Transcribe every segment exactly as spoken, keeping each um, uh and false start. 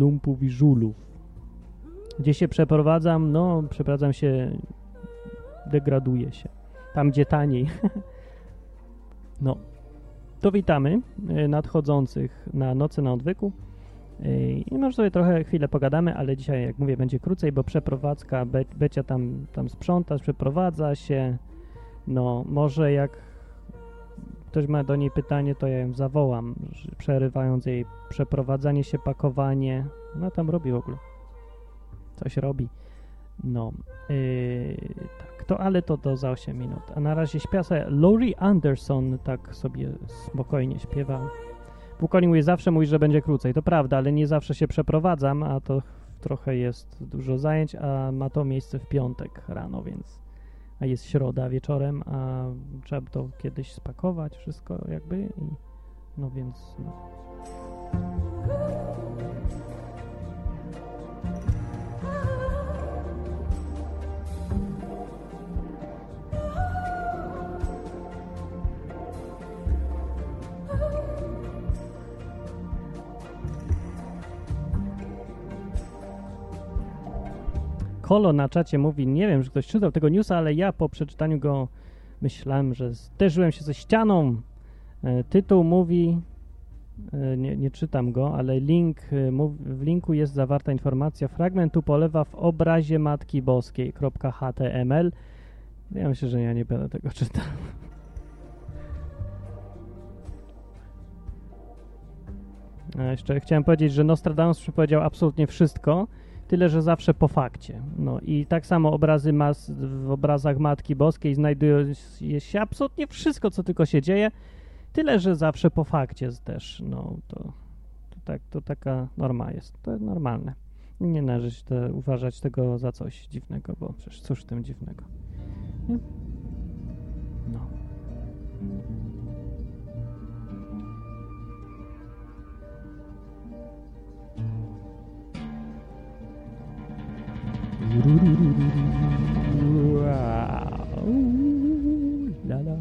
lumpów i żulów. Gdzie się przeprowadzam? No, przeprowadzam się, degraduję się. Tam, gdzie taniej. No, to witamy nadchodzących na Noce na Odwyku. I może sobie trochę chwilę pogadamy, ale dzisiaj, jak mówię, będzie krócej, bo przeprowadzka, Be Becia tam, tam sprząta, przeprowadza się. No, może jak ktoś ma do niej pytanie, to ja ją zawołam, przerywając jej przeprowadzanie się, pakowanie. No, tam robi w ogóle. Coś robi. No, yy, tak, to ale to, to za osiem minut. A na razie śpiewa sobie Laurie Anderson, tak sobie spokojnie śpiewa. Bukoni mówi, zawsze mówi, że będzie krócej. To prawda, ale nie zawsze się przeprowadzam, a to trochę jest dużo zajęć, a ma to miejsce w piątek rano, więc a jest środa wieczorem, a trzeba to kiedyś spakować, wszystko jakby i no więc no. Kolo na czacie mówi, nie wiem, że ktoś czytał tego newsa, ale ja po przeczytaniu go myślałem, że zderzyłem się ze ścianą. E, tytuł mówi, e, nie, nie czytam go, ale link, e, mów, w linku jest zawarta informacja. Fragment tu polewa w obrazie Matki Boskiej .html. Ja myślę, że ja nie będę tego czytał. A jeszcze chciałem powiedzieć, że Nostradamus przepowiedział absolutnie wszystko, tyle, że zawsze po fakcie. No i tak samo obrazy mas w obrazach Matki Boskiej znajduje się absolutnie wszystko, co tylko się dzieje, tyle, że zawsze po fakcie też. No to, to, tak, to taka norma jest. To jest normalne. Nie należy się te, uważać tego za coś dziwnego, bo przecież cóż w tym dziwnego. Nie? No. La la.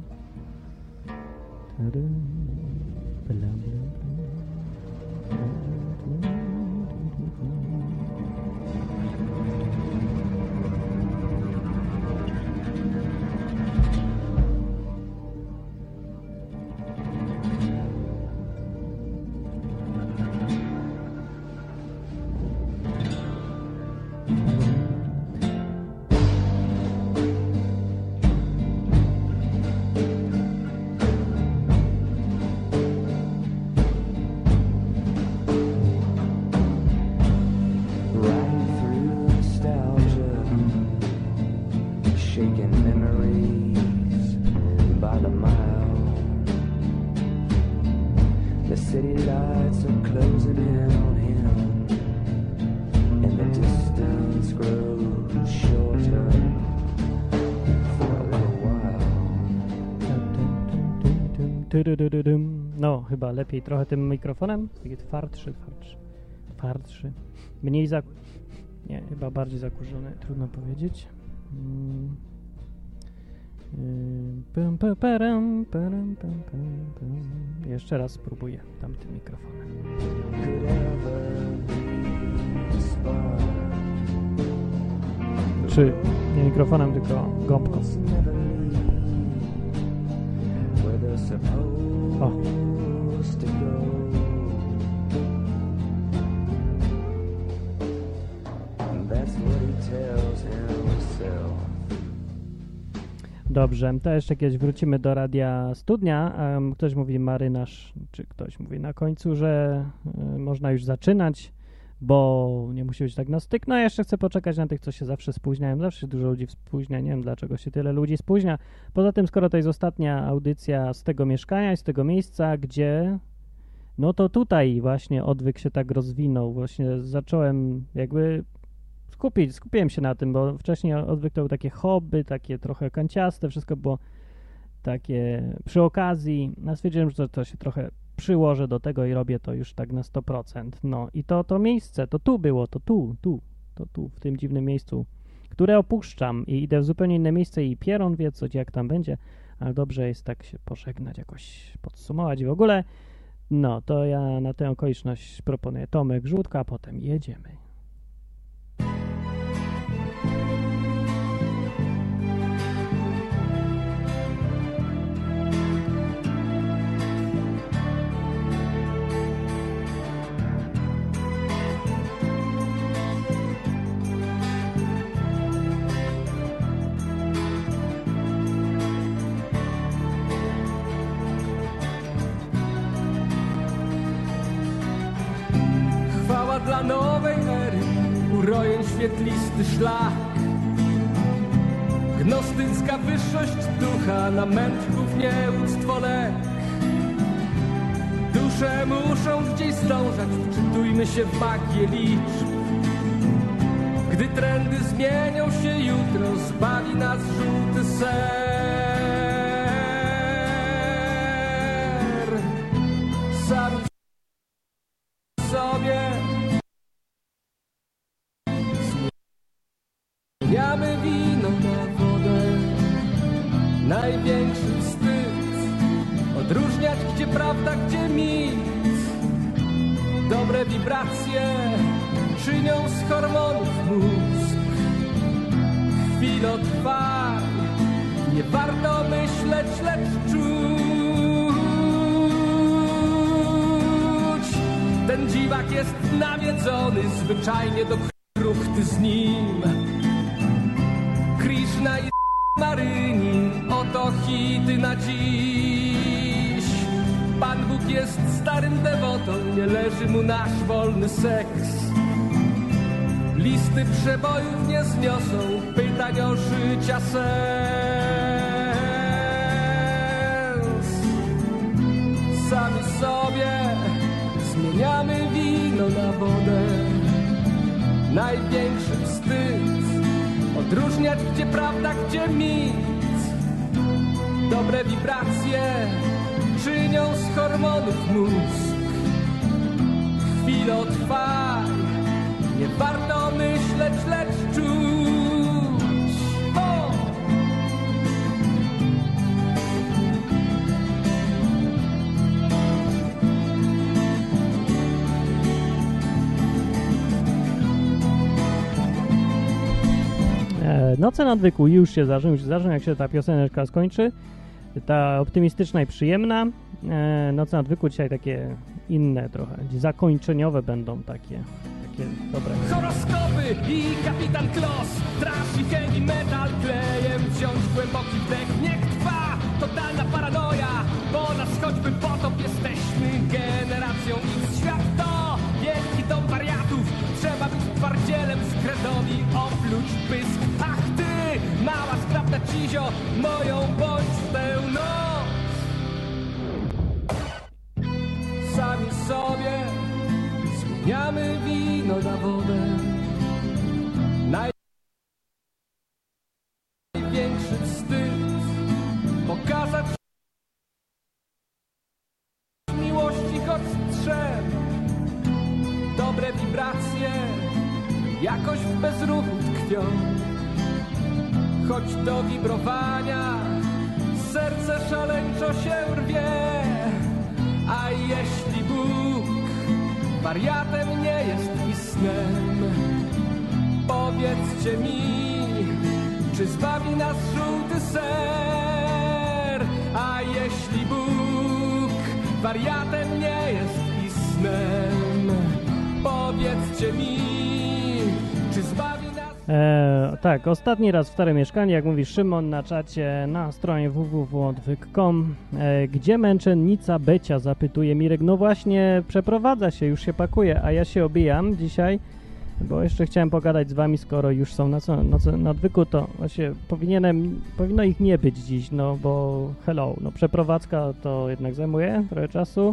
No, chyba lepiej trochę tym mikrofonem. Taki twardszy, twardszy, twardszy. Mniej za... Nie, chyba bardziej zakurzony. Trudno powiedzieć. Hmm. Pum, pum, param, param, pum, pum, pum. Jeszcze raz spróbuję tamtym mikrofonem. Czy nie mikrofonem, tylko gąbką. O. Dobrze, to jeszcze kiedyś wrócimy do Radia Studnia. Um, ktoś mówi marynarz, czy ktoś mówi na końcu, że y, można już zaczynać, bo nie musi być tak na styk. No ja jeszcze chcę poczekać na tych, co się zawsze spóźniają. Zawsze się dużo ludzi spóźnia. Nie wiem, dlaczego się tyle ludzi spóźnia. Poza tym, skoro to jest ostatnia audycja z tego mieszkania i z tego miejsca, gdzie... No to tutaj właśnie odwyk się tak rozwinął. Właśnie zacząłem jakby skupić, skupiłem się na tym, bo wcześniej odwyk to był takie hobby, takie trochę kanciaste, wszystko było takie przy okazji. No stwierdziłem, że to, to się trochę przyłożę do tego i robię to już tak na sto procent. No i to, to miejsce, to tu było, to tu, tu, to tu, w tym dziwnym miejscu, które opuszczam i idę w zupełnie inne miejsce i Pieron wie, co jak tam będzie, ale dobrze jest tak się pożegnać, jakoś podsumować i w ogóle No, to ja na tę okoliczność proponuję Tomek Żółtka, a potem jedziemy. Dla nowej ery urojeń świetlisty szlak, gnostycka wyższość ducha, na mędrków nieuctwo lek. Dusze muszą gdzieś zdążać, wczytujmy się w magię liczb. Gdy trendy zmienią się jutro, zbawi nas żółty ser. Sami sobie zmieniamy wino na wodę. Największy wstyd odróżniać, gdzie prawda, gdzie mit. Dobre wibracje czynią z hormonów mózg. Chwilo trwa, nie warto myśleć, lecz czuć. Ten dziwak jest nawiedzony, zwyczajnie do kruchty z nim. Krishna i Maryni, oto hity na dziś. Pan Bóg jest starym dewotą, nie leży mu nasz wolny seks. Listy przebojów nie zniosą pytań o życia sens. Sami sobie zmieniamy wino na wodę. Największy wstyd odróżniać, gdzie prawda, gdzie mit. Dobre wibracje czynią z hormonów mózg. Chwilę trwaj, nie warto myśleć, lecz czuć. O! Noce na odwyku już się zażą, już się zażą, jak się ta pioseneczka skończy. Ta optymistyczna i przyjemna. Noce na odwyku dzisiaj takie inne trochę, zakończeniowe będą takie, takie dobre. Horoskopy i kapitan Klos, trash i heavy metal klejem wziąć głęboki wdech. Niech trwa totalna paranoja, bo nas choćby potop, jesteśmy generacją X. Świat to wielki dom wariatów, trzeba być twardzielem z kredowi, opluć pysk. Ach ty, mała skrapna cizio, moją bądź w tę noc. Sami sobie zmieniamy wino na wodę. Największy wstyd pokazać miłości choć strzem. Dobre wibracje jakoś w bezruchu tkwią. Choć do wibrowania serce szaleńczo się rwie. A jeśli Bóg wariatem nie jest i snem, powiedzcie mi, czy zbawi nas żółty ser? A jeśli Bóg wariatem nie jest i snem, powiedzcie mi, czy zbawi nas... E, tak, ostatni raz w Stare Mieszkanie, jak mówi Szymon na czacie na stronie w w w kropka odwyk kropka com. E, gdzie męczennica Becia, zapytuje Mirek. No właśnie, przeprowadza się, już się pakuje, a ja się obijam dzisiaj, bo jeszcze chciałem pogadać z wami, skoro już są na, na, na odwyku, to właśnie powinienem, powinno ich nie być dziś, no bo hello, no przeprowadzka to jednak zajmuje trochę czasu.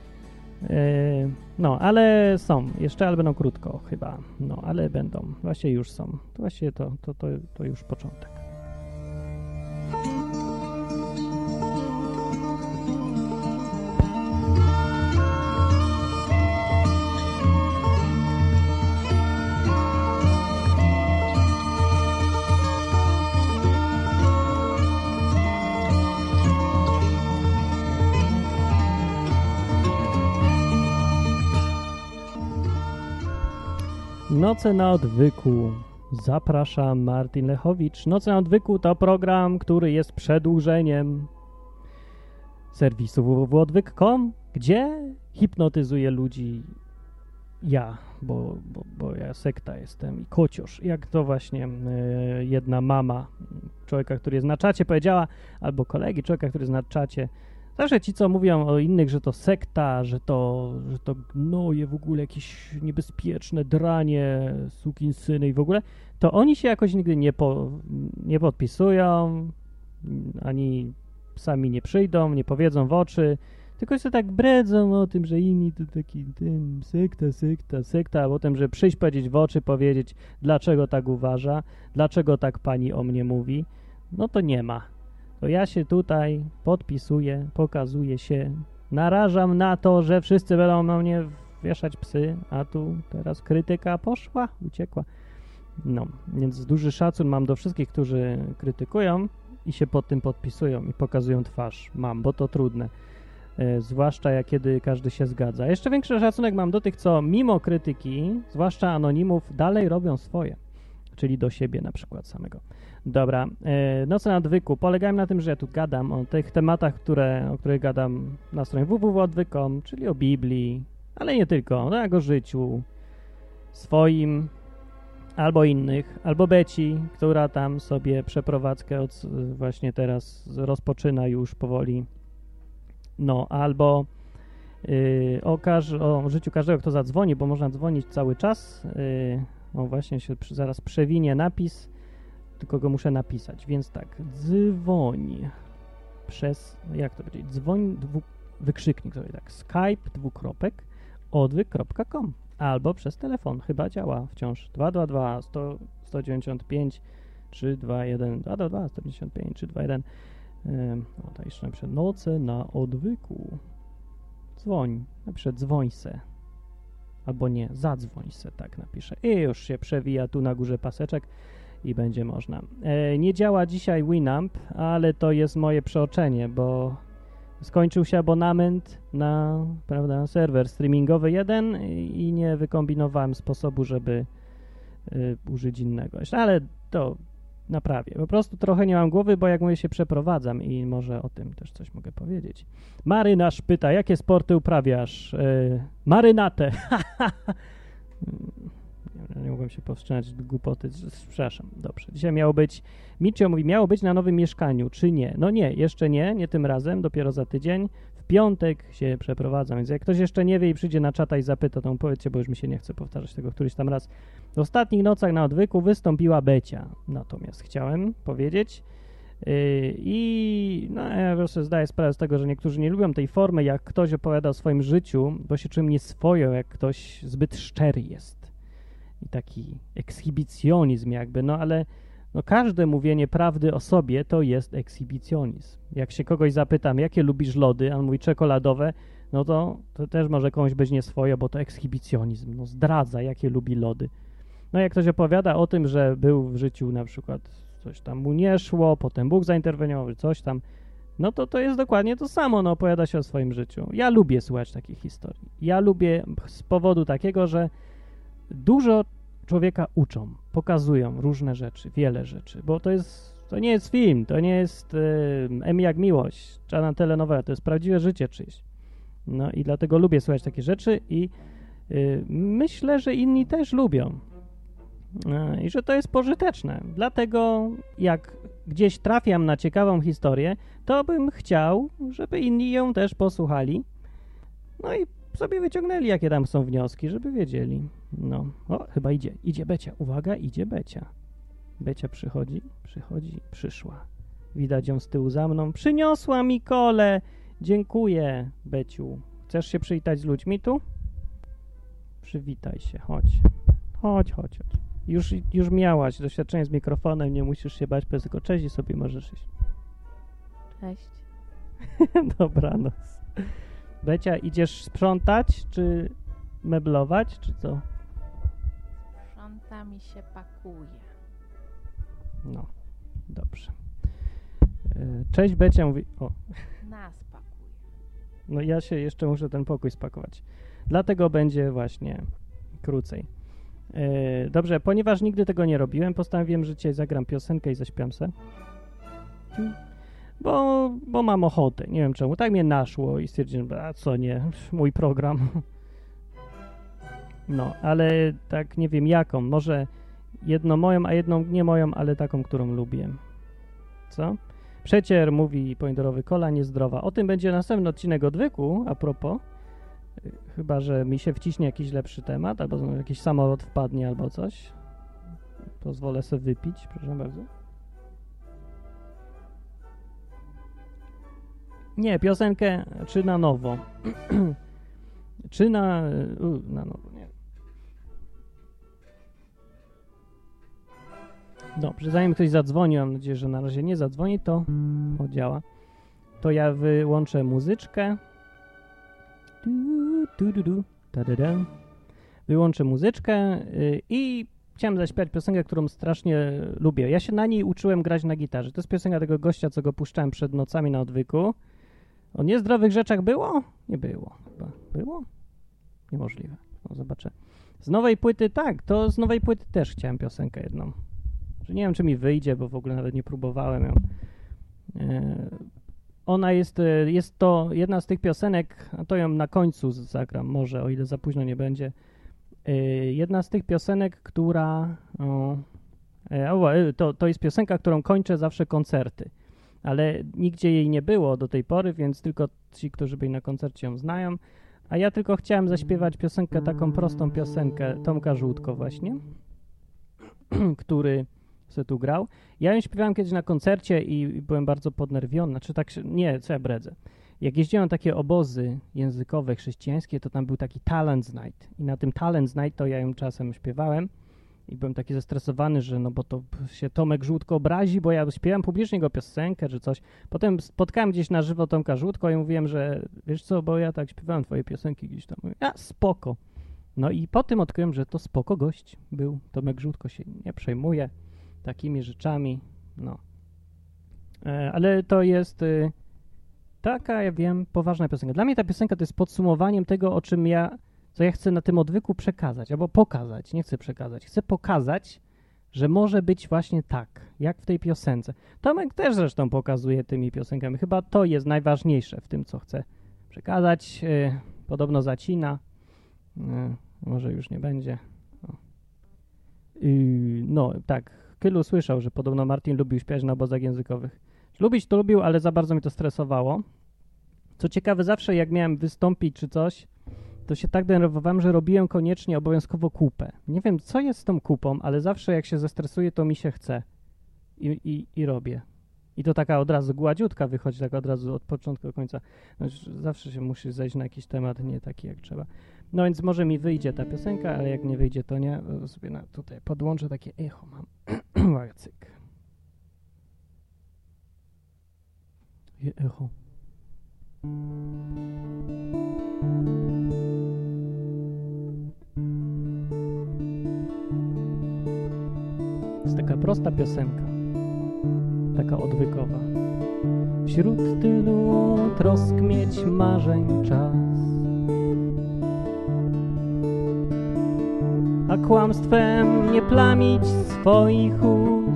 No, ale są. Jeszcze, ale będą krótko chyba. No, ale będą. Właśnie już są. To właśnie to, to, to, to już początek. Noce na odwyku. Zapraszam, Martin Lechowicz. Noce na odwyku to program, który jest przedłużeniem serwisu w w w kropka odwyk kropka com, gdzie hipnotyzuję ludzi ja, bo, bo, bo ja sekta jestem i kociosz. Jak to właśnie y, jedna mama człowieka, który jest na czacie powiedziała, albo kolegi człowieka, który jest na czacie. Zawsze ci, co mówią o innych, że to sekta, że to, że to gnoje w ogóle, jakieś niebezpieczne dranie, sukinsyny i w ogóle, to oni się jakoś nigdy nie, po, nie podpisują, ani sami nie przyjdą, nie powiedzą w oczy, tylko się tak bredzą o tym, że inni to taki tym, sekta, sekta, sekta, a potem, że przyjść powiedzieć w oczy, powiedzieć, dlaczego tak uważa, dlaczego tak pani o mnie mówi, no to nie ma. To ja się tutaj podpisuję, pokazuję się, narażam na to, że wszyscy będą na mnie wieszać psy, a tu teraz krytyka poszła, uciekła. No, więc duży szacun mam do wszystkich, którzy krytykują i się pod tym podpisują i pokazują twarz. Mam, bo to trudne. E, zwłaszcza jak kiedy każdy się zgadza. Jeszcze większy szacunek mam do tych, co mimo krytyki, zwłaszcza anonimów, dalej robią swoje. Czyli do siebie na przykład samego. Dobra, e, Noce na odwyku polegają na tym, że ja tu gadam o tych tematach, które, o których gadam na stronie w w w kropka odwyk kropka com, czyli o Biblii, ale nie tylko, tak, o życiu swoim, albo innych, albo Beci, która tam sobie przeprowadzkę od, właśnie teraz rozpoczyna już powoli, no, albo y, o, każ, o życiu każdego, kto zadzwoni, bo można dzwonić cały czas. y, o właśnie się przy, zaraz przewinie napis, tylko go muszę napisać, więc tak, dzwoń przez, jak to powiedzieć, dzwoń, dwu, wykrzyknik sobie tak, Skype, dwukropek, odwyk kropka com, albo przez telefon, chyba działa wciąż, dwa dwa dwa, sto, sto dziewięćdziesiąt pięć, trzysta dwadzieścia jeden, dwa dwa dwa, sto dziewięćdziesiąt pięć, trzysta dwadzieścia jeden, ym, o, to jeszcze napiszę, noce na odwyku, dzwoń, napiszę dzwoń se, albo nie, zadzwoń se, tak napiszę, i już się przewija tu na górze paseczek, i będzie można. E, nie działa dzisiaj Winamp, ale to jest moje przeoczenie, bo skończył się abonament na, prawda, serwer streamingowy jeden i nie wykombinowałem sposobu, żeby y, użyć innego. Ale to naprawię. Po prostu trochę nie mam głowy, bo jak mówię, się przeprowadzam i może o tym też coś mogę powiedzieć. Marynarz pyta, jakie sporty uprawiasz? Y, marynatę. Nie, nie mogłem się powstrzymać od głupoty. Przepraszam. Dobrze. Dzisiaj miało być... Micio mówi, miało być na nowym mieszkaniu, czy nie? No nie, jeszcze nie, nie tym razem, dopiero za tydzień. W piątek się przeprowadzam, więc jak ktoś jeszcze nie wie i przyjdzie na czata i zapyta, to mu powiedzcie, bo już mi się nie chce powtarzać tego któryś tam raz. W ostatnich nocach na odwyku wystąpiła Becia. Natomiast chciałem powiedzieć yy, i no, ja po prostu zdaję sprawę z tego, że niektórzy nie lubią tej formy, jak ktoś opowiada o swoim życiu, bo się czym nieswojo, jak ktoś zbyt szczery jest. I taki ekshibicjonizm jakby, no ale no każde mówienie prawdy o sobie to jest ekshibicjonizm. Jak się kogoś zapytam, jakie lubisz lody, a on mówi czekoladowe, no to, to też może komuś być nieswoje, bo to ekshibicjonizm, no zdradza, jakie lubi lody. No jak ktoś opowiada o tym, że był w życiu na przykład coś tam mu nie szło, potem Bóg zainterweniował, coś tam, no to to jest dokładnie to samo, no opowiada się o swoim życiu. Ja lubię słuchać takich historii. Ja lubię z powodu takiego, że dużo człowieka uczą, pokazują różne rzeczy, wiele rzeczy, bo to jest, to nie jest film, to nie jest y, M jak miłość, czarna telenowela, to jest prawdziwe życie czyjeś. No i dlatego lubię słuchać takie rzeczy i y, myślę, że inni też lubią y, i że to jest pożyteczne. Dlatego jak gdzieś trafiam na ciekawą historię, to bym chciał, żeby inni ją też posłuchali. No i sobie wyciągnęli, jakie tam są wnioski, żeby wiedzieli. No, o, chyba idzie, idzie Becia. Uwaga, idzie Becia. Becia przychodzi, przychodzi, przyszła. Widać ją z tyłu za mną. Przyniosła mi kole. Dziękuję, Beciu. Chcesz się przywitać z ludźmi tu? Przywitaj się, chodź. Chodź, chodź, chodź. Już, już miałaś doświadczenie z mikrofonem, nie musisz się bać, bez tylko cześć i sobie możesz iść. Cześć. Dobranoc. Becia, idziesz sprzątać, czy meblować, czy co? Sprząta mi się pakuje. No, dobrze. Cześć, Becia mówi... O. Nas pakuje. No ja się jeszcze muszę ten pokój spakować. Dlatego będzie właśnie krócej. E, dobrze, ponieważ nigdy tego nie robiłem, postanowiłem, że dzisiaj zagram piosenkę i zaśpiam se. Bo, bo mam ochotę, nie wiem czemu. Tak mnie naszło i stwierdziłem, a co nie, mój program. No, ale tak nie wiem jaką. Może jedną moją, a jedną nie moją, ale taką, którą lubię. Co? Przecier mówi pomidorowy kola niezdrowa. O tym będzie następny odcinek odwyku, a propos. Chyba że mi się wciśnie jakiś lepszy temat, albo jakiś samolot wpadnie, albo coś. Pozwolę sobie wypić, proszę bardzo. Nie, piosenkę czy na nowo. czy na... U, na nowo, nie. Dobrze, zanim ktoś zadzwoni, mam nadzieję, że na razie nie zadzwoni, to o, działa. To ja wyłączę muzyczkę. Du, du, du, du, da, da, da. Wyłączę muzyczkę yy, i chciałem zaśpiewać piosenkę, którą strasznie lubię. Ja się na niej uczyłem grać na gitarze. To jest piosenka tego gościa, co go puszczałem przed nocami na odwyku. O niezdrowych rzeczach było? Nie było. Chyba. Było? Niemożliwe. No, zobaczę. Z nowej płyty, tak, to z nowej płyty też chciałem piosenkę jedną. Że nie wiem, czy mi wyjdzie, bo w ogóle nawet nie próbowałem ją. Yy, ona jest, jest to jedna z tych piosenek, a to ją na końcu zagram, może, o ile za późno nie będzie. Yy, jedna z tych piosenek, która... O, yy, o, to, to jest piosenka, którą kończę zawsze koncerty. Ale nigdzie jej nie było do tej pory, więc tylko ci, którzy byli na koncercie, ją znają. A ja tylko chciałem zaśpiewać piosenkę, taką prostą piosenkę Tomka Żółtko właśnie, który sobie tu grał. Ja ją śpiewałem kiedyś na koncercie i, i byłem bardzo podnerwiony. Znaczy tak, nie, co ja bredzę. Jak jeździłem na takie obozy językowe, chrześcijańskie, to tam był taki Talent Night. I na tym Talent Night to ja ją czasem śpiewałem. I byłem taki zestresowany, że no bo to się Tomek Żółtko obrazi, bo ja śpiewałem publicznie jego piosenkę czy coś. Potem spotkałem gdzieś na żywo Tomka Żółtko i mówiłem, że wiesz co, bo ja tak śpiewałem twoje piosenki gdzieś tam. Mówię, a spoko. No i po tym odkryłem, że to spoko gość był. Tomek Żółtko się nie przejmuje takimi rzeczami, no. E, ale to jest y, taka, ja wiem, poważna piosenka. Dla mnie ta piosenka to jest podsumowaniem tego, o czym ja co ja chcę na tym odwyku przekazać, albo pokazać, nie chcę przekazać, chcę pokazać, że może być właśnie tak, jak w tej piosence. Tomek też zresztą pokazuje tymi piosenkami. Chyba to jest najważniejsze w tym, co chcę przekazać. Yy, podobno zacina. Yy, może już nie będzie. No, yy, no tak, Kylu słyszał, że podobno Martin lubił śpiewać na obozach językowych. Lubić to lubił, ale za bardzo mi to stresowało. Co ciekawe, zawsze jak miałem wystąpić czy coś, to się tak denerwowałem, że robiłem koniecznie obowiązkowo kupę. Nie wiem, co jest z tą kupą, ale zawsze jak się zestresuję, to mi się chce. I, i, i robię. I to taka od razu gładziutka wychodzi, tak od razu od początku do końca. No, zawsze się musi zejść na jakiś temat, nie taki jak trzeba. No więc może mi wyjdzie ta piosenka, ale jak nie wyjdzie, to nie. Sobie na, tutaj podłączę takie echo mam. Cyk. Echo. Jest taka prosta piosenka, taka odwykowa. Wśród tylu trosk mieć marzeń czas, a kłamstwem nie plamić swoich ust.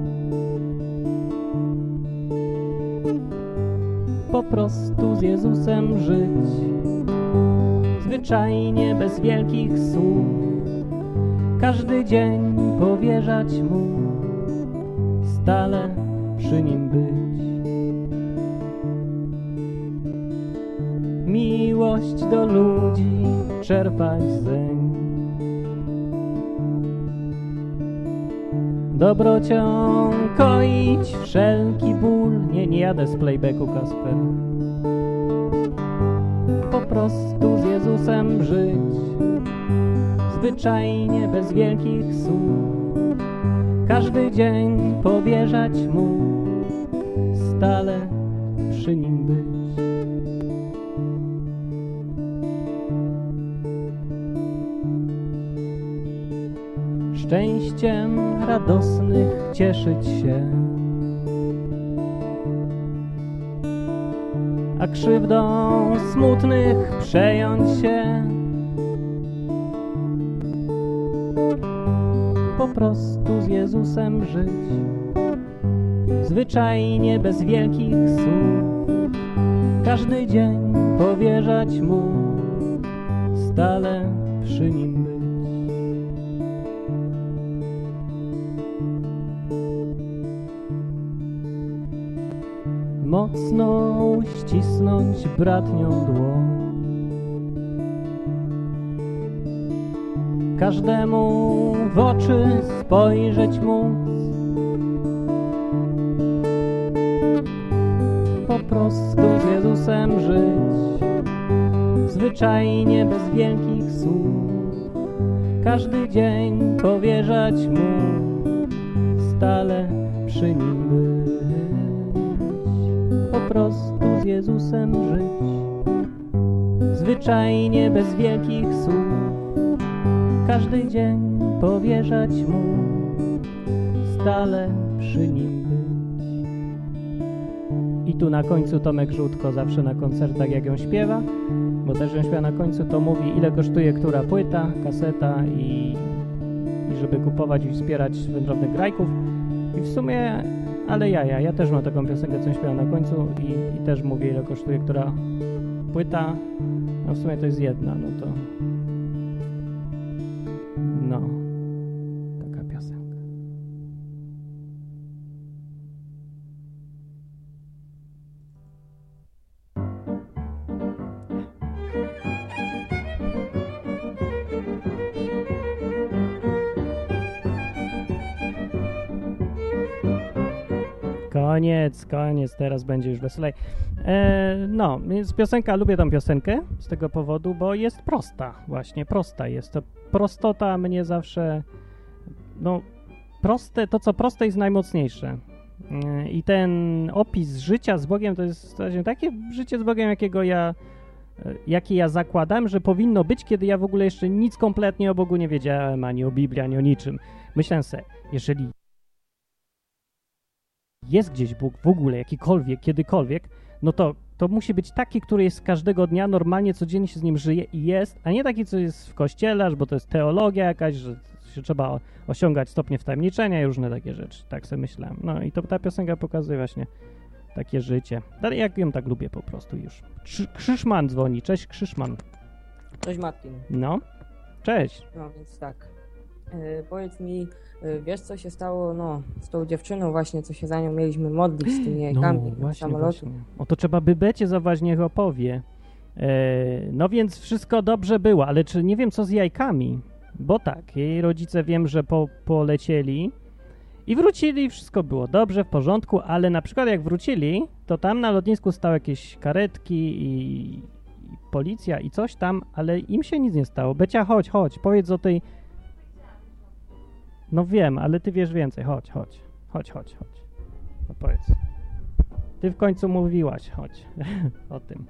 Po prostu z Jezusem żyć, zwyczajnie bez wielkich słów. Każdy dzień powierzać Mu, stale przy Nim być. Miłość do ludzi czerpać zeń, dobrocią koić wszelki ból. Nie, nie jadę z playbacku, Kasper. Po prostu z Jezusem żyć, zwyczajnie bez wielkich słów. Każdy dzień powierzać Mu, stale przy Nim być. Szczęściem radosnych cieszyć się, a krzywdą smutnych przejąć się. po prostu z Jezusem żyć, zwyczajnie bez wielkich słów, każdy dzień powierzać Mu, stale przy Nim być. Mocno ścisnąć bratnią dłoń, każdemu w oczy spojrzeć móc, po prostu z Jezusem żyć, zwyczajnie bez wielkich słów, każdy dzień powierzać Mu, stale przy Nim być. Po prostu z Jezusem żyć, zwyczajnie bez wielkich słów, każdy dzień powierzać Mu, stale przy Nim być. I tu na końcu Tomek Żółtko zawsze na koncertach, jak ją śpiewa, bo też ją śpiewa na końcu, to mówi, ile kosztuje która płyta, kaseta i, i żeby kupować i wspierać wędrownych grajków. I w sumie, ale ja, ja, ja też mam taką piosenkę, co śpiewam na końcu i, i też mówię, ile kosztuje która płyta. No w sumie to jest jedna, no to no, taka piosenka. Koniec, koniec, teraz będzie już weselej. E, no, więc piosenka, lubię tą piosenkę z tego powodu, bo jest prosta, właśnie, prosta jest. To prostota mnie zawsze, no, proste, to co proste jest najmocniejsze. E, I ten opis życia z Bogiem to jest właśnie takie życie z Bogiem, jakiego ja, jakie ja zakładam, że powinno być, kiedy ja w ogóle jeszcze nic kompletnie o Bogu nie wiedziałem, ani o Biblii, ani o niczym. Myślę sobie, jeżeli jest gdzieś Bóg w ogóle, jakikolwiek, kiedykolwiek, no to to musi być taki, który jest każdego dnia, normalnie, codziennie się z nim żyje i jest, a nie taki, co jest w kościele, bo to jest teologia jakaś, że się trzeba osiągać stopnie wtajemniczenia i różne takie rzeczy. Tak sobie myślałem. No i to ta piosenka pokazuje właśnie takie życie. Ale jak ją tak lubię po prostu już. Krz- Krzyszman dzwoni. Cześć, Krzyszman. Cześć Martin. No, cześć. No więc tak, yy, powiedz mi, yy, wiesz co się stało no, z tą dziewczyną właśnie, co się za nią mieliśmy modlić z tymi jajkami No, no, właśnie, samolotu. właśnie. O to trzeba by Becie zawołać, niech opowie. E, no więc wszystko dobrze było, ale czy nie wiem co z jajkami, bo tak, jej rodzice wiem, że po, polecieli i wrócili, wszystko było dobrze, w porządku, ale na przykład jak wrócili, to tam na lotnisku stały jakieś karetki i, i policja i coś tam, ale im się nic nie stało. Becia, chodź, chodź, powiedz o tej... No wiem, ale ty wiesz więcej, chodź, chodź, chodź, chodź, chodź. No powiedz. Ty w końcu mówiłaś, chodź, o tym.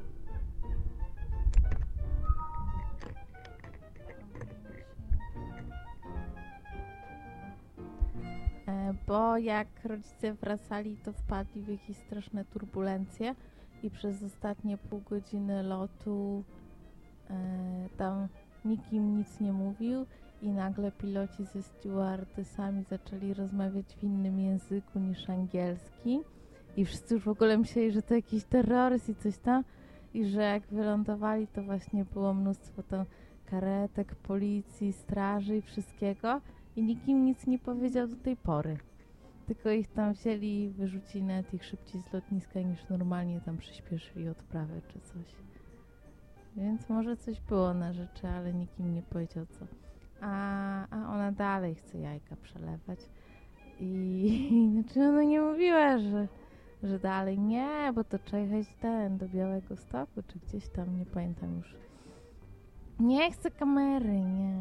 E, Bo jak rodzice wracali, to wpadli w jakieś straszne turbulencje i przez ostatnie pół godziny lotu e, tam nikim nic nie mówił i nagle piloci ze stewardessami zaczęli rozmawiać w innym języku niż angielski i wszyscy już w ogóle myśleli, że to jakiś terroryzm i coś tam i że jak wylądowali, to właśnie było mnóstwo tam karetek, policji, straży i wszystkiego i nikt im nic nie powiedział do tej pory. Tylko ich tam wzięli i wyrzucili nawet ich szybciej z lotniska niż normalnie tam przyspieszyli odprawę czy coś. Więc może coś było na rzeczy, ale nikt im nie powiedział co. A, a ona dalej chce jajka przelewać. I znaczy ona nie mówiła, że, że dalej nie, bo to trzeba jechać ten do Białego Stoku, czy gdzieś tam, nie pamiętam już. Nie chcę kamery, nie.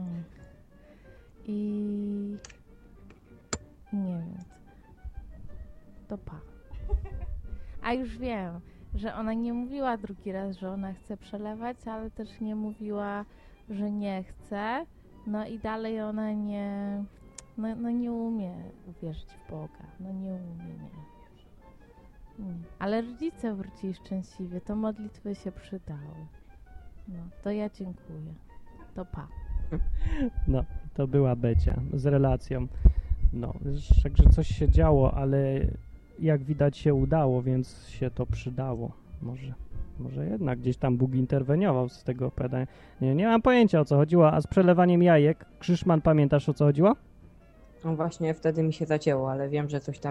I nie wiem. To pa. A już wiem, że ona nie mówiła drugi raz, że ona chce przelewać, ale też nie mówiła, że nie chce. No i dalej ona nie, no, no nie umie uwierzyć w Boga. No nie umie, nie. nie. Ale rodzice wrócili szczęśliwie, to modlitwy się przydały. No, to ja dziękuję. To pa. No, to była Becia z relacją. No, także coś się działo, ale jak widać się udało, więc się to przydało. Może, może jednak gdzieś tam Bóg interweniował z tego opowiadania. Nie, nie mam pojęcia, o co chodziło. A z przelewaniem jajek, Krzyszman, pamiętasz, o co chodziło? No właśnie wtedy mi się zacięło, ale wiem, że coś tam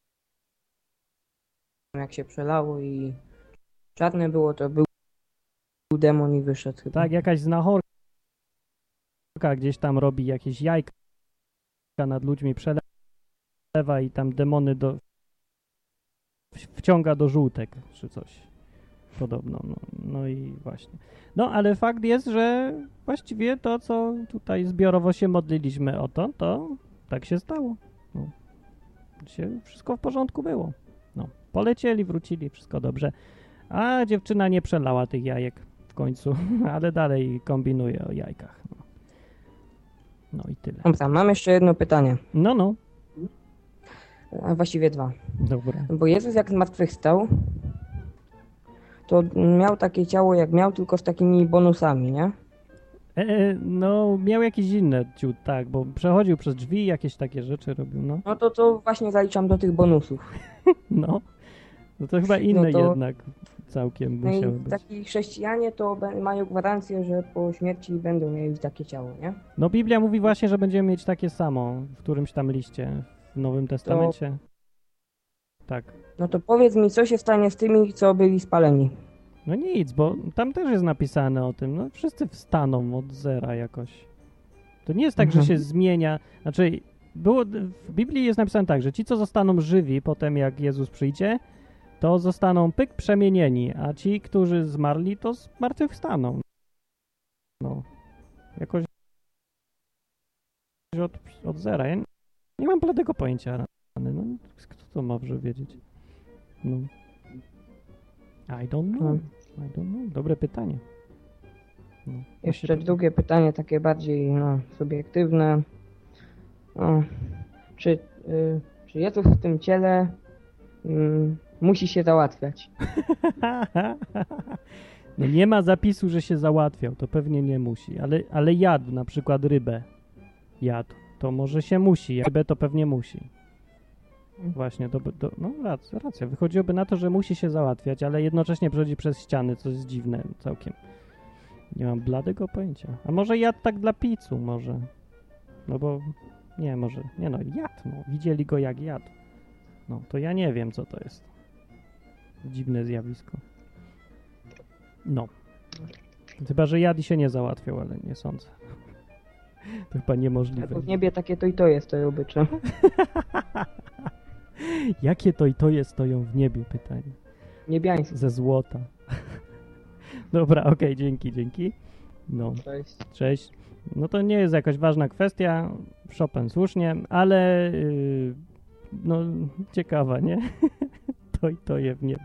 jak się przelało i czarne było, to był demon i wyszedł chyba. Tak, jakaś znachorka gdzieś tam robi jakieś jajka nad ludźmi, przelewa i tam demony do... wciąga do żółtek, czy coś podobno. No, no i właśnie. No, ale fakt jest, że właściwie to, co tutaj zbiorowo się modliliśmy o to, to tak się stało. No. Się wszystko w porządku było. No. Polecieli, wrócili, wszystko dobrze. A dziewczyna nie przelała tych jajek w końcu, ale dalej kombinuje o jajkach. No, no i tyle. Dobra, mam jeszcze jedno pytanie, No, no. a właściwie dwa. Dobra. Bo Jezus jak zmartwychwstał, to miał takie ciało jak miał, tylko z takimi bonusami, nie? E, no, miał jakieś inne ciut, tak, bo przechodził przez drzwi, jakieś takie rzeczy robił, no. No to to właśnie zaliczam do tych bonusów. No, no to chyba inne No to- jednak całkiem No musiały i być. taki chrześcijanie to be- mają gwarancję, że po śmierci będą mieli takie ciało, nie? No Biblia mówi właśnie, że będziemy mieć takie samo w którymś tam liście w Nowym Testamencie. Tak. No to powiedz mi, co się stanie z tymi, co byli spaleni? No nic, bo tam też jest napisane o tym, no wszyscy wstaną od zera jakoś. To nie jest tak, Mhm. że się zmienia, znaczy było, w Biblii jest napisane tak, że ci, co zostaną żywi potem jak Jezus przyjdzie, to zostaną pyk przemienieni, a ci, którzy zmarli, to zmartwychwstaną. No, jakoś od, od zera. Ja nie mam bladego pojęcia, rany. No, kto to może wiedzieć? No. I don't know. I don't know. Dobre pytanie. No. Jeszcze Właśnie- drugie pytanie, takie bardziej no, subiektywne. No, czy, y, czy Jezus w tym ciele y, musi się załatwiać? No nie ma zapisu, że się załatwiał, to pewnie nie musi, ale, ale jadł na przykład rybę. Jadł, to może się musi, rybę to pewnie musi. Właśnie, to, by- to, no racja, racja, wychodziłoby na to, że musi się załatwiać, ale jednocześnie przechodzi przez ściany, co jest dziwne całkiem. Nie mam bladego pojęcia. A może jadł tak dla picu, może. No bo, nie, może, nie no, jadł, no, widzieli go jak jadł. No, to ja nie wiem, co to jest. Dziwne zjawisko. No. Chyba, że jadł i się nie załatwiał, ale nie sądzę. To chyba niemożliwe. Bo w niebie takie to i to jest, to i obycze. Jakie to i to jest stoją w niebie, pytanie. Niebiańskie. Ze złota. Dobra, okej, dzięki, dzięki. No, Cześć. cześć. No to nie jest jakaś ważna kwestia, Chopin słusznie, ale yy, no ciekawa, nie? To i to je w niebie.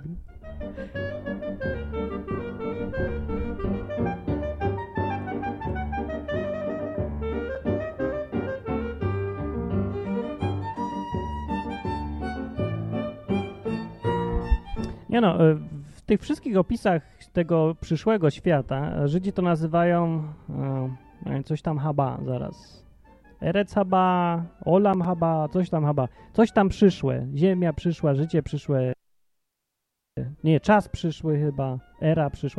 Nie no, y, w tych wszystkich opisach tego przyszłego świata Żydzi to nazywają e, coś tam Haba, zaraz. Erec Haba, Olam Haba, coś tam Haba. Coś tam przyszłe. Ziemia przyszła, życie przyszłe. Nie, czas przyszły chyba, era przyszła.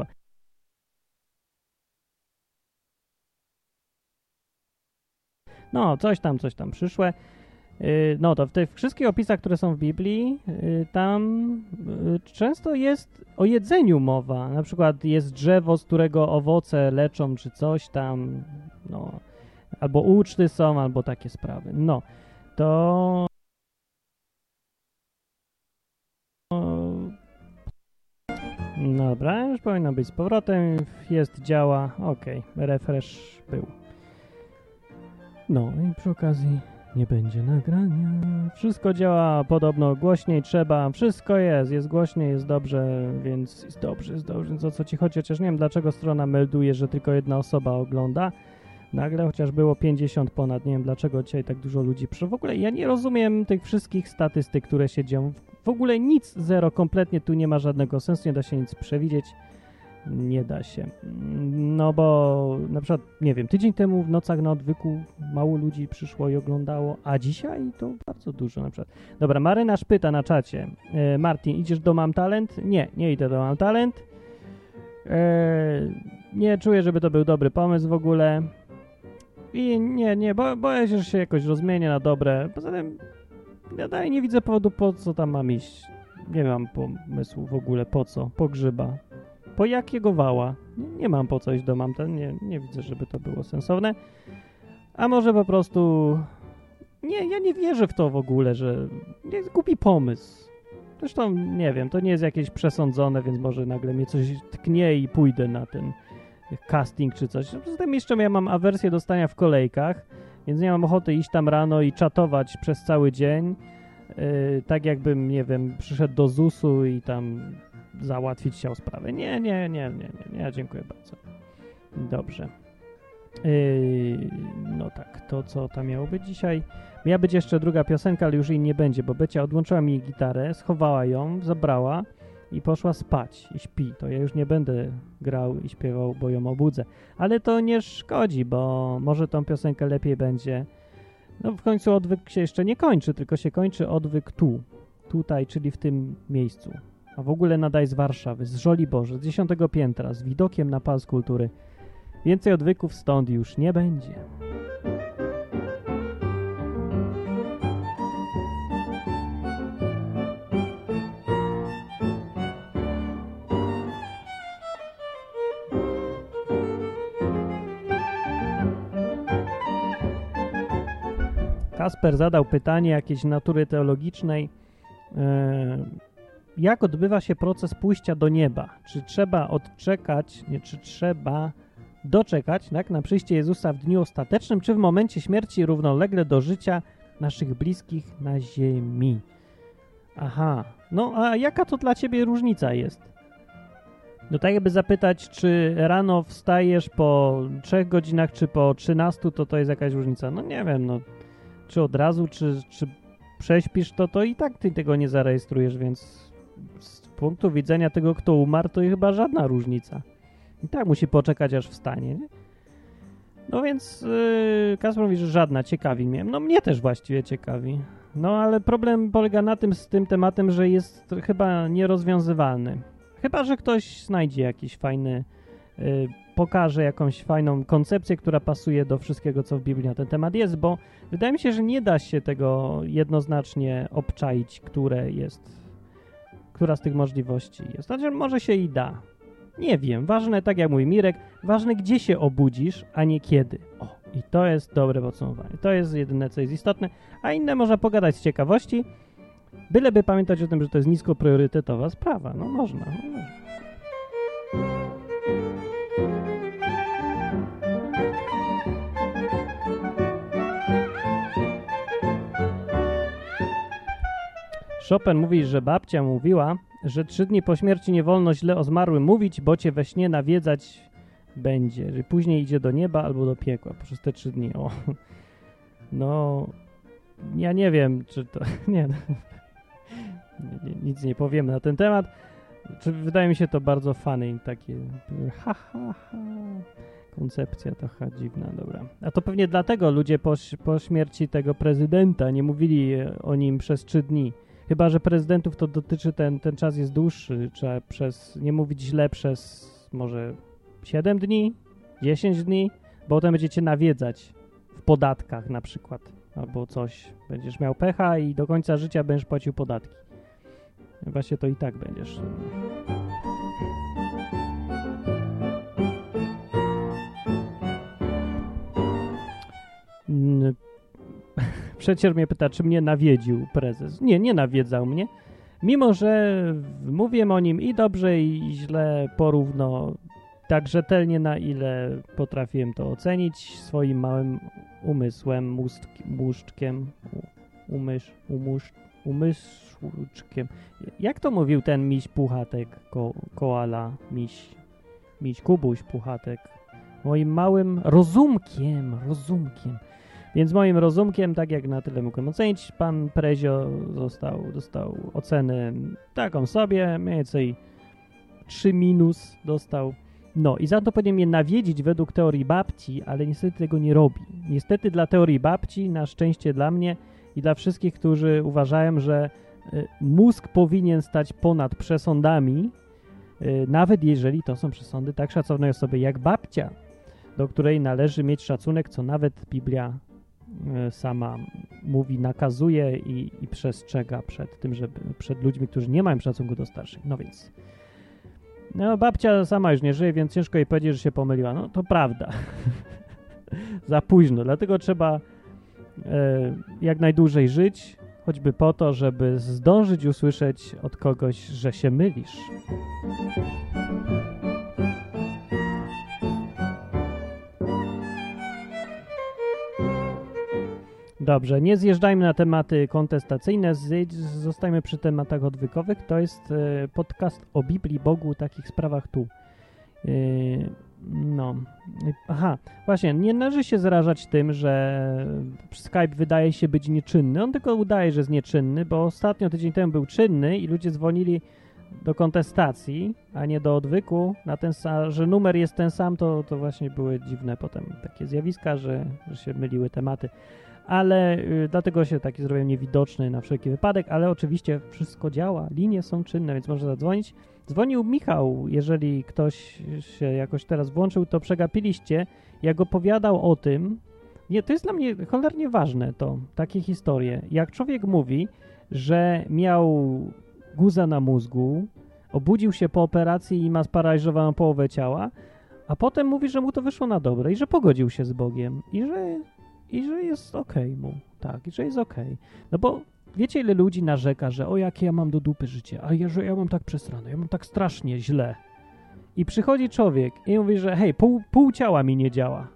No, coś tam, coś tam przyszłe. Y, No to w tych wszystkich opisach, które są w Biblii, y, tam y, często jest o jedzeniu mowa. Na przykład jest drzewo, z którego owoce leczą, czy coś tam, no, albo uczty są, albo takie sprawy. No, to... Dobra, już powinno być z powrotem. Jest, działa, okej, refresh był. No i przy okazji nie będzie nagrania. Wszystko działa podobno głośniej, trzeba. Wszystko jest, jest głośniej, jest dobrze, więc jest dobrze, jest dobrze. Więc o co ci chodzi? Chociaż nie wiem, dlaczego strona melduje, że tylko jedna osoba ogląda. Nagle, chociaż było pięćdziesiąt ponad, nie wiem dlaczego dzisiaj tak dużo ludzi przyszło. W ogóle ja nie rozumiem tych wszystkich statystyk, które się dzieją. W ogóle nic, zero, kompletnie tu nie ma żadnego sensu, nie da się nic przewidzieć. Nie da się. No bo na przykład, nie wiem, tydzień temu w Nocach na Odwyku mało ludzi przyszło i oglądało, a dzisiaj to bardzo dużo na przykład. Dobra, Marynarz pyta na czacie. E, Martin, idziesz do Mam Talent? Nie, nie idę do Mam Talent. E, nie czuję, żeby to był dobry pomysł w ogóle. I nie, nie, bo boję się, że się jakoś rozmienię na dobre. Poza tym ja dalej nie widzę powodu, po co tam mam iść. Nie mam pomysłu w ogóle, po co. Po grzyba. Po jakiego wała? Nie, nie mam po co iść do Mam Talent. Nie, nie widzę, żeby to było sensowne. A może po prostu... Nie, ja nie wierzę w to w ogóle, że... Jest głupi pomysł. Zresztą, nie wiem, to nie jest jakieś przesądzone, więc może nagle mnie coś tknie i pójdę na ten casting czy coś. Poza tym jeszcze ja mam awersję do stania w kolejkach, więc nie mam ochoty iść tam rano i czatować przez cały dzień, yy, tak jakbym, nie wiem, przyszedł do zusu i tam załatwić chciał sprawę. Nie, nie, nie, nie, nie, nie, dziękuję bardzo. Dobrze. Yy, no tak, to co tam miało być dzisiaj? Miała być jeszcze druga piosenka, ale już jej nie będzie, bo Becia odłączyła mi gitarę, schowała ją, zabrała i poszła spać i śpi. To ja już nie będę grał i śpiewał, bo ją obudzę. Ale to nie szkodzi, bo może tą piosenkę lepiej będzie. No w końcu odwyk się jeszcze nie kończy, tylko się kończy odwyk tu. Tutaj, czyli w tym miejscu. A w ogóle nadaj z Warszawy, z Żoliborza, z dziesiątego piętra, z widokiem na Pas Kultury. Więcej odwyków stąd już nie będzie. Kasper zadał pytanie jakiejś natury teologicznej. E, jak odbywa się proces pójścia do nieba? Czy trzeba odczekać, nie, czy trzeba doczekać tak, na przyjście Jezusa w dniu ostatecznym, czy w momencie śmierci równolegle do życia naszych bliskich na ziemi? Aha, no a jaka to dla ciebie różnica jest? No tak jakby zapytać, czy rano wstajesz po trzech godzinach, czy po trzynastu, to to jest jakaś różnica. No nie wiem, no czy od razu, czy, czy prześpisz to, to i tak ty tego nie zarejestrujesz, więc z punktu widzenia tego, kto umarł, to chyba żadna różnica. I tak musi poczekać, aż wstanie. Nie? No więc yy, Kasper mówi, że żadna, ciekawi mnie. No mnie też właściwie ciekawi. No ale problem polega na tym, z tym tematem, że jest chyba nierozwiązywalny. Chyba że ktoś znajdzie jakiś fajny, yy, pokaże jakąś fajną koncepcję, która pasuje do wszystkiego, co w Biblii na ten temat jest, bo wydaje mi się, że nie da się tego jednoznacznie obczaić, które jest, która z tych możliwości jest. Znaczy, może się i da. Nie wiem. Ważne, tak jak mówi Mirek, ważne gdzie się obudzisz, a nie kiedy. O, i to jest dobre podsumowanie. To jest jedyne, co jest istotne, a inne można pogadać z ciekawości, byleby pamiętać o tym, że to jest nisko priorytetowa sprawa. No można. No można. Chopin mówi, że babcia mówiła, że trzy dni po śmierci nie wolno źle o zmarłym mówić, bo cię we śnie nawiedzać będzie, że później idzie do nieba albo do piekła przez te trzy dni. O. No, ja nie wiem, czy to... Nie, nie, nic nie powiem na ten temat. Czy wydaje mi się to bardzo funny, takie ha, ha, ha. Koncepcja trochę dziwna, dobra. A to pewnie dlatego ludzie po, po śmierci tego prezydenta nie mówili o nim przez trzy dni. Chyba że prezydentów to dotyczy, ten, ten czas jest dłuższy. Trzeba przez, nie mówić źle przez może siedem dni, dziesięć dni, bo potem będziecie nawiedzać w podatkach na przykład. Albo coś. Będziesz miał pecha i do końca życia będziesz płacił podatki. Właśnie to i tak będziesz. Przecież mnie pyta, czy mnie nawiedził prezes. Nie, nie nawiedzał mnie. Mimo że mówię o nim i dobrze, i źle, porówno, tak rzetelnie, na ile potrafiłem to ocenić swoim małym umysłem, mózg, móżdżkiem, umysz, umysz, umysłczkiem. Jak to mówił ten miś Puchatek, ko, koala, miś, miś Kubuś Puchatek? Moim małym rozumkiem, rozumkiem. Więc moim rozumkiem, tak jak na tyle mogłem ocenić, pan Prezio został, dostał ocenę taką sobie, mniej więcej trzy minus dostał. No i za to powinien mnie nawiedzić według teorii babci, ale niestety tego nie robi. Niestety dla teorii babci, na szczęście dla mnie i dla wszystkich, którzy uważają, że y, mózg powinien stać ponad przesądami, y, nawet jeżeli to są przesądy tak szacownej osoby jak babcia, do której należy mieć szacunek, co nawet Biblia y, sama mówi, nakazuje i, i przestrzega przed tym, żeby przed ludźmi, którzy nie mają szacunku do starszych. No więc no babcia sama już nie żyje, więc ciężko jej powiedzieć, że się pomyliła. No to prawda. Za późno. Dlatego trzeba e, jak najdłużej żyć, choćby po to, żeby zdążyć usłyszeć od kogoś, że się mylisz. Dobrze, nie zjeżdżajmy na tematy kontestacyjne, zjedź, zostajmy przy tematach odwykowych. To jest e, podcast o Biblii, Bogu, takich sprawach tu. E, no, aha, właśnie, nie należy się zrażać tym, że Skype wydaje się być nieczynny. On tylko udaje, że jest nieczynny, bo ostatnio tydzień temu był czynny i ludzie dzwonili do kontestacji, a nie do odwyku, na ten sam, że numer jest ten sam, to, to właśnie były dziwne potem takie zjawiska, że, że się myliły tematy. Ale y, dlatego się taki zrobiłem niewidoczny na wszelki wypadek, ale oczywiście wszystko działa, linie są czynne, więc można zadzwonić. Dzwonił Michał, jeżeli ktoś się jakoś teraz włączył, to przegapiliście, jak opowiadał o tym, nie, to jest dla mnie cholernie ważne to, takie historie, jak człowiek mówi, że miał guza na mózgu, obudził się po operacji i ma sparaliżowaną połowę ciała, a potem mówi, że mu to wyszło na dobre i że pogodził się z Bogiem i że I że jest okej okay mu, tak, i że jest okej. Okay. No bo wiecie, ile ludzi narzeka, że o, jakie ja mam do dupy życie, a ja, że ja mam tak przesrane, ja mam tak strasznie źle. I przychodzi człowiek i mówi, że hej, pół, pół ciała mi nie działa.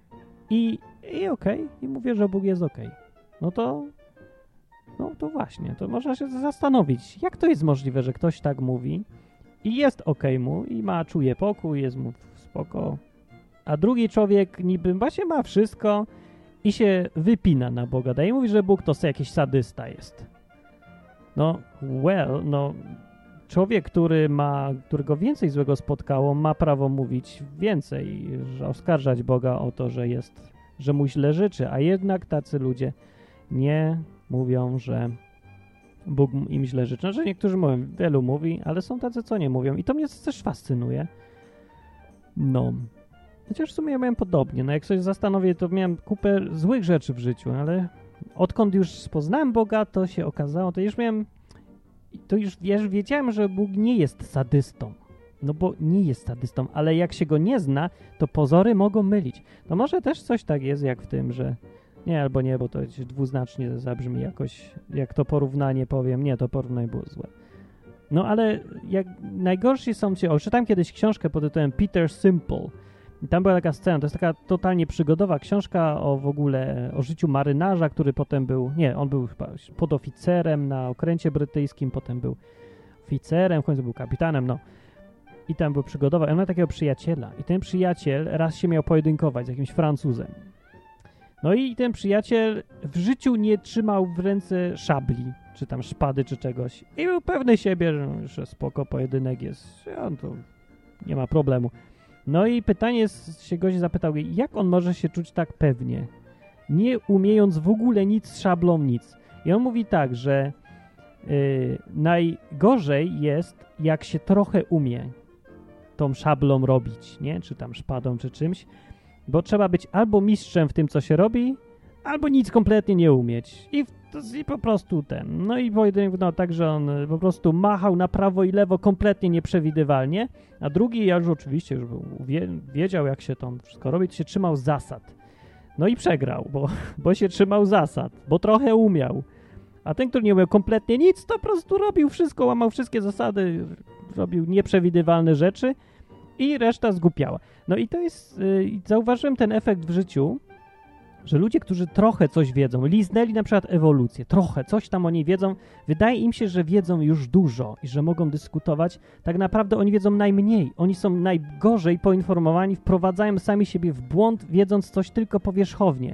I, i okej, okay, i mówię, że Bóg jest okej. Okay. No to, no to właśnie, to można się zastanowić, jak to jest możliwe, że ktoś tak mówi i jest okej okay mu i ma, czuje pokój, jest mu spoko, a drugi człowiek niby właśnie ma wszystko i się wypina na Boga. Daje mówi, że Bóg to sobie jakiś sadysta jest. No, well, no, człowiek, który ma, którego więcej złego spotkało, ma prawo mówić więcej, że oskarżać Boga o to, że jest, że mu źle życzy, a jednak tacy ludzie nie mówią, że Bóg im źle życzy. Znaczy niektórzy mówią, wielu mówi, ale są tacy, co nie mówią i to mnie też fascynuje. No, chociaż w sumie ja miałem podobnie. No jak sobie zastanowię, to miałem kupę złych rzeczy w życiu, ale odkąd już poznałem Boga, to się okazało, to już miałem, to już, ja już wiedziałem, że Bóg nie jest sadystą. No bo nie jest sadystą, ale jak się go nie zna, to pozory mogą mylić. To może też coś tak jest, jak w tym, że nie, albo nie, bo to dwuznacznie zabrzmi jakoś, jak to porównanie powiem, nie, to porównanie było złe. No ale jak najgorsi są ci, o, czytałem kiedyś książkę pod tytułem Peter Simple. I tam była taka scena, to jest taka totalnie przygodowa książka o w ogóle, o życiu marynarza, który potem był, nie, on był chyba podoficerem na okręcie brytyjskim, potem był oficerem, w końcu był kapitanem, no. I tam był przygodowa, i on ma takiego przyjaciela. I ten przyjaciel raz się miał pojedynkować z jakimś Francuzem. No i ten przyjaciel w życiu nie trzymał w ręce szabli, czy tam szpady, czy czegoś. I był pewny siebie, że, że spoko, pojedynek jest, on to nie ma problemu. No i pytanie jest, się gość zapytał, jak on może się czuć tak pewnie, nie umiejąc w ogóle nic z szablą, nic. I on mówi tak, że yy, najgorzej jest, jak się trochę umie tą szablą robić, nie? Czy tam szpadą, czy czymś, bo trzeba być albo mistrzem w tym, co się robi, albo nic kompletnie nie umieć. I, w, i po prostu ten. No i pojedynek, no tak, że on po prostu machał na prawo i lewo kompletnie nieprzewidywalnie, a drugi, ja już oczywiście już był, wie, wiedział, jak się to wszystko robić, się trzymał zasad. No i przegrał, bo, bo się trzymał zasad, bo trochę umiał. A ten, który nie umiał kompletnie nic, to po prostu robił wszystko, łamał wszystkie zasady, robił nieprzewidywalne rzeczy i reszta zgłupiała. No i to jest, yy, zauważyłem ten efekt w życiu, że ludzie, którzy trochę coś wiedzą, liznęli na przykład ewolucję, trochę coś tam o niej wiedzą, wydaje im się, że wiedzą już dużo i że mogą dyskutować. Tak naprawdę oni wiedzą najmniej. Oni są najgorzej poinformowani, wprowadzają sami siebie w błąd, wiedząc coś tylko powierzchownie.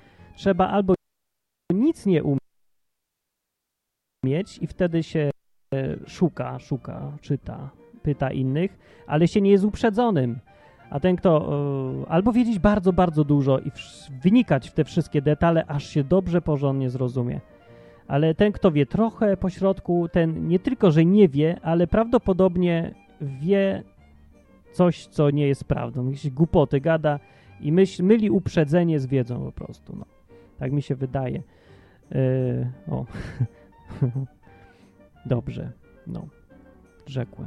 Trzeba albo nic nie umieć i wtedy się szuka, szuka, czyta, pyta innych, ale się nie jest uprzedzonym. A ten, kto y, albo wiedzieć bardzo, bardzo dużo i w, wynikać w te wszystkie detale, aż się dobrze, porządnie zrozumie. Ale ten, kto wie trochę po środku, ten nie tylko, że nie wie, ale prawdopodobnie wie coś, co nie jest prawdą. Jakieś głupoty gada i myśl, myli uprzedzenie z wiedzą po prostu. No. Tak mi się wydaje. Yy, o. Dobrze. No. Rzekłem.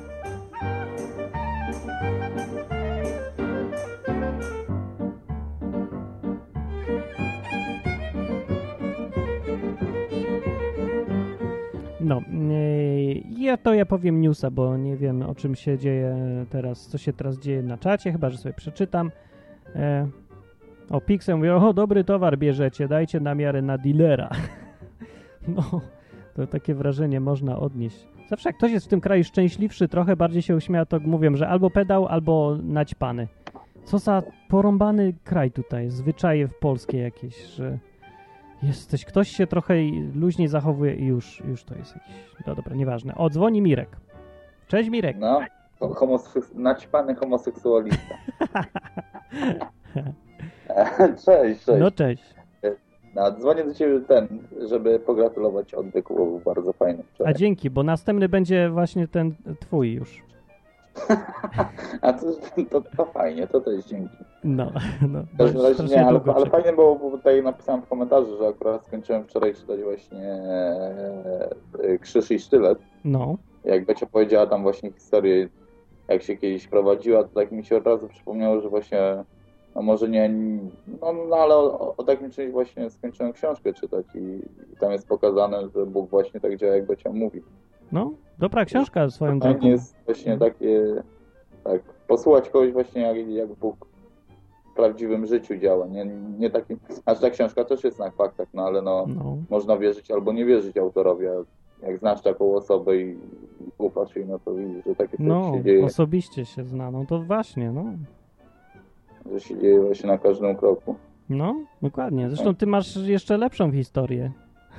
No, yy, ja to ja powiem newsa, bo nie wiem, o czym się dzieje teraz, co się teraz dzieje na czacie, chyba że sobie przeczytam. Yy, o, Pixel mówi, o, dobry towar bierzecie, dajcie na miarę na dealera. No, to takie wrażenie można odnieść. Zawsze jak ktoś jest w tym kraju szczęśliwszy, trochę bardziej się uśmiecha, to mówią, że albo pedał, albo naćpany. Co za porąbany kraj tutaj, zwyczaje w polskie jakieś, że jesteś, ktoś się trochę luźniej zachowuje i już, już to jest jakiś, no dobra, nieważne. O, dzwoni Mirek. Cześć Mirek. No, homoseks- naćpany homoseksualista. Cześć, cześć. No cześć. No, dzwonię do ciebie ten, żeby pogratulować odwyku, bo był bardzo fajny wczoraj. A dzięki, bo następny będzie właśnie ten twój już. A to, to, to fajnie, to też dzięki. No, no. W każdym razie nie, ale, ale fajnie było, bo tutaj napisałem w komentarzu, że akurat skończyłem wczoraj czytać właśnie e, Krzyż i Sztylet. No. Jak Becia powiedziała tam właśnie historię, jak się kiedyś prowadziła, to tak mi się od razu przypomniało, że właśnie, no może nie, no, no ale o, o takim czymś właśnie skończyłem książkę czytać i, i tam jest pokazane, że Bóg właśnie tak działa, jak Becia mówi. No, dobra książka swoją drogą. To jest właśnie takie, tak, posłuchać kogoś właśnie, jak, jak Bóg w prawdziwym życiu działa, nie, nie takim, znaczy ta książka też jest na faktach, no ale no, No. można wierzyć albo nie wierzyć autorowi, a jak znasz taką osobę i, i ufasz jej, no to widzisz, że takie coś No, się dzieje, osobiście się zna, no to właśnie, no. że się dzieje właśnie na każdym kroku. No, dokładnie. Zresztą ty masz jeszcze lepszą historię.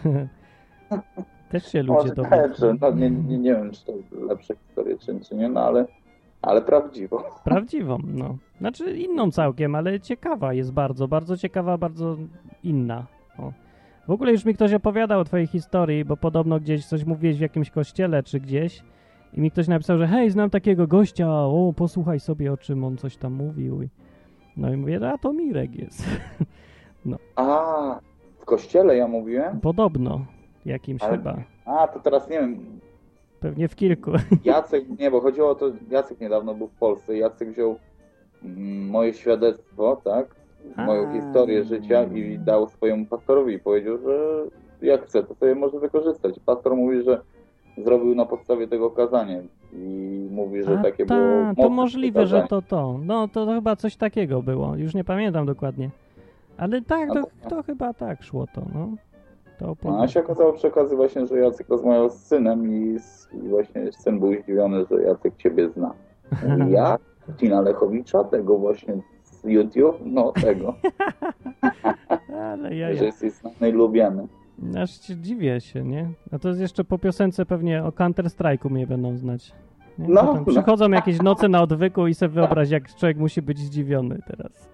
Też się ludzie Może dowiedzą. lepsze, no nie, nie, nie wiem, czy to lepsze historie, czy, czy nie, no ale, ale prawdziwą. Prawdziwą, no. Znaczy inną całkiem, ale ciekawa jest bardzo, bardzo ciekawa, bardzo inna. O. W ogóle już mi ktoś opowiadał o twojej historii, bo podobno gdzieś coś mówiłeś w jakimś kościele czy gdzieś i mi ktoś napisał, że hej, znam takiego gościa, o, posłuchaj sobie o czym on coś tam mówił. I... No i mówię, a to Mirek jest. No. A, w kościele ja mówiłem? Podobno. Jakimś Ale- chyba. A, to teraz nie wiem, Pewnie w kilku. Jacek, nie, bo chodziło o to, Jacek niedawno był w Polsce, Jacek wziął mm, moje świadectwo, tak, moją A. historię życia i dał swojemu pastorowi i powiedział, że jak chce, to sobie może wykorzystać. Pastor mówi, że zrobił na podstawie tego kazanie i mówi, że A takie ta, było to mocne możliwe, że kazanie. to to. No to, to chyba coś takiego było. Już nie pamiętam dokładnie. Ale tak, to, to chyba tak szło to, no. To No, a się okazało przy okazji właśnie, że Jacek rozmawiał z synem i, s- i właśnie syn był zdziwiony, że Jacek ciebie zna. Mówi, ja? Tina Lechowicza? Tego właśnie z YouTube? No tego. Ale ja, Że ja. jesteś znany i lubiany. Aż się dziwię się, nie? A to jest jeszcze po piosence pewnie o Counter-Strike'u mnie będą znać. Nie? No, To tam no. przychodzą jakieś noce na odwyku i sobie wyobraź, jak człowiek musi być zdziwiony teraz.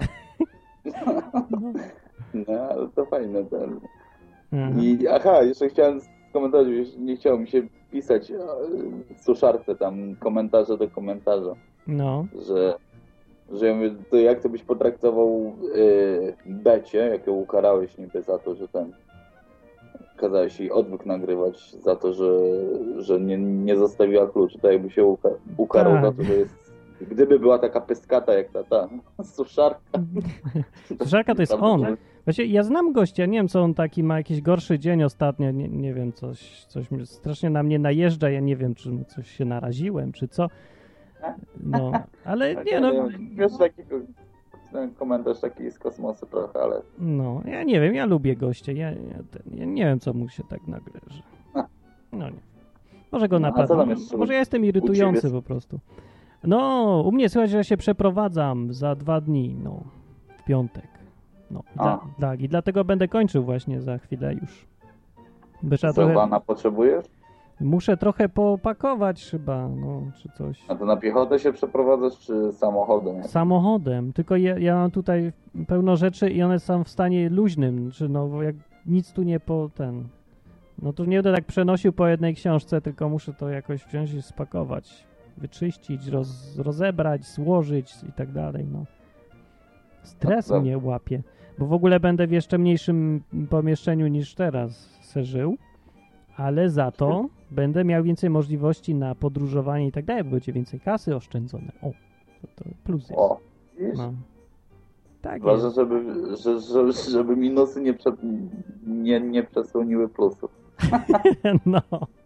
No. No, ale to fajne. To. Mhm. I aha, jeszcze chciałem skomentować, wiesz, nie chciało mi się pisać e, w suszarce tam komentarze do komentarza, No. że, że ja mówię, to jak to byś potraktował y, Becie, jak ją ukarałeś niby za to, że ten kazałeś jej odwyk nagrywać za to, że, że nie, nie zostawiła kluczy, tak jakby się uka- ukarał Tak. za to, że jest, gdyby była taka pyskata jak ta, ta suszarka. Suszarka to jest on. Właśnie ja znam gościa, nie wiem co on taki ma, jakiś gorszy dzień ostatnio, nie, nie wiem, coś, coś mi strasznie na mnie najeżdża, ja nie wiem, czy mu coś się naraziłem, czy co. No, ale nie no, Wiesz, taki ten komentarz taki z kosmosu trochę, ale no, ja nie wiem, ja lubię gościa, ja, ja, ten, ja nie wiem, co mu się tak nagle, że... No nie. Może go No, a co naprawdę, tam jeszcze może u- ja jestem u irytujący ciebie? po prostu. No, u mnie słychać, że ja się przeprowadzam za dwa dni, no, w piątek. No, i dla, A. tak, i dlatego będę kończył właśnie za chwilę już. By trzeba co, trochę... bana potrzebujesz? Muszę trochę popakować chyba, no, czy coś. A to na piechotę się przeprowadzasz, czy samochodem? Samochodem, tylko ja, ja mam tutaj pełno rzeczy i one są w stanie luźnym, czy no, bo jak nic tu nie po ten... No to nie będę tak przenosił po jednej książce, tylko muszę to jakoś wziąć i spakować, wyczyścić, roz, rozebrać, złożyć i tak dalej, no. Stres No, mnie łapie, bo w ogóle będę w jeszcze mniejszym pomieszczeniu niż teraz se żył, ale za to będę miał więcej możliwości na podróżowanie i tak dalej, bo będzie więcej kasy oszczędzone. O, to, to plus jest. O, widzisz? No. Tak Ważne, jest. żeby, że, że, żeby minusy nie, prze, nie, nie przesłoniły plusów. No.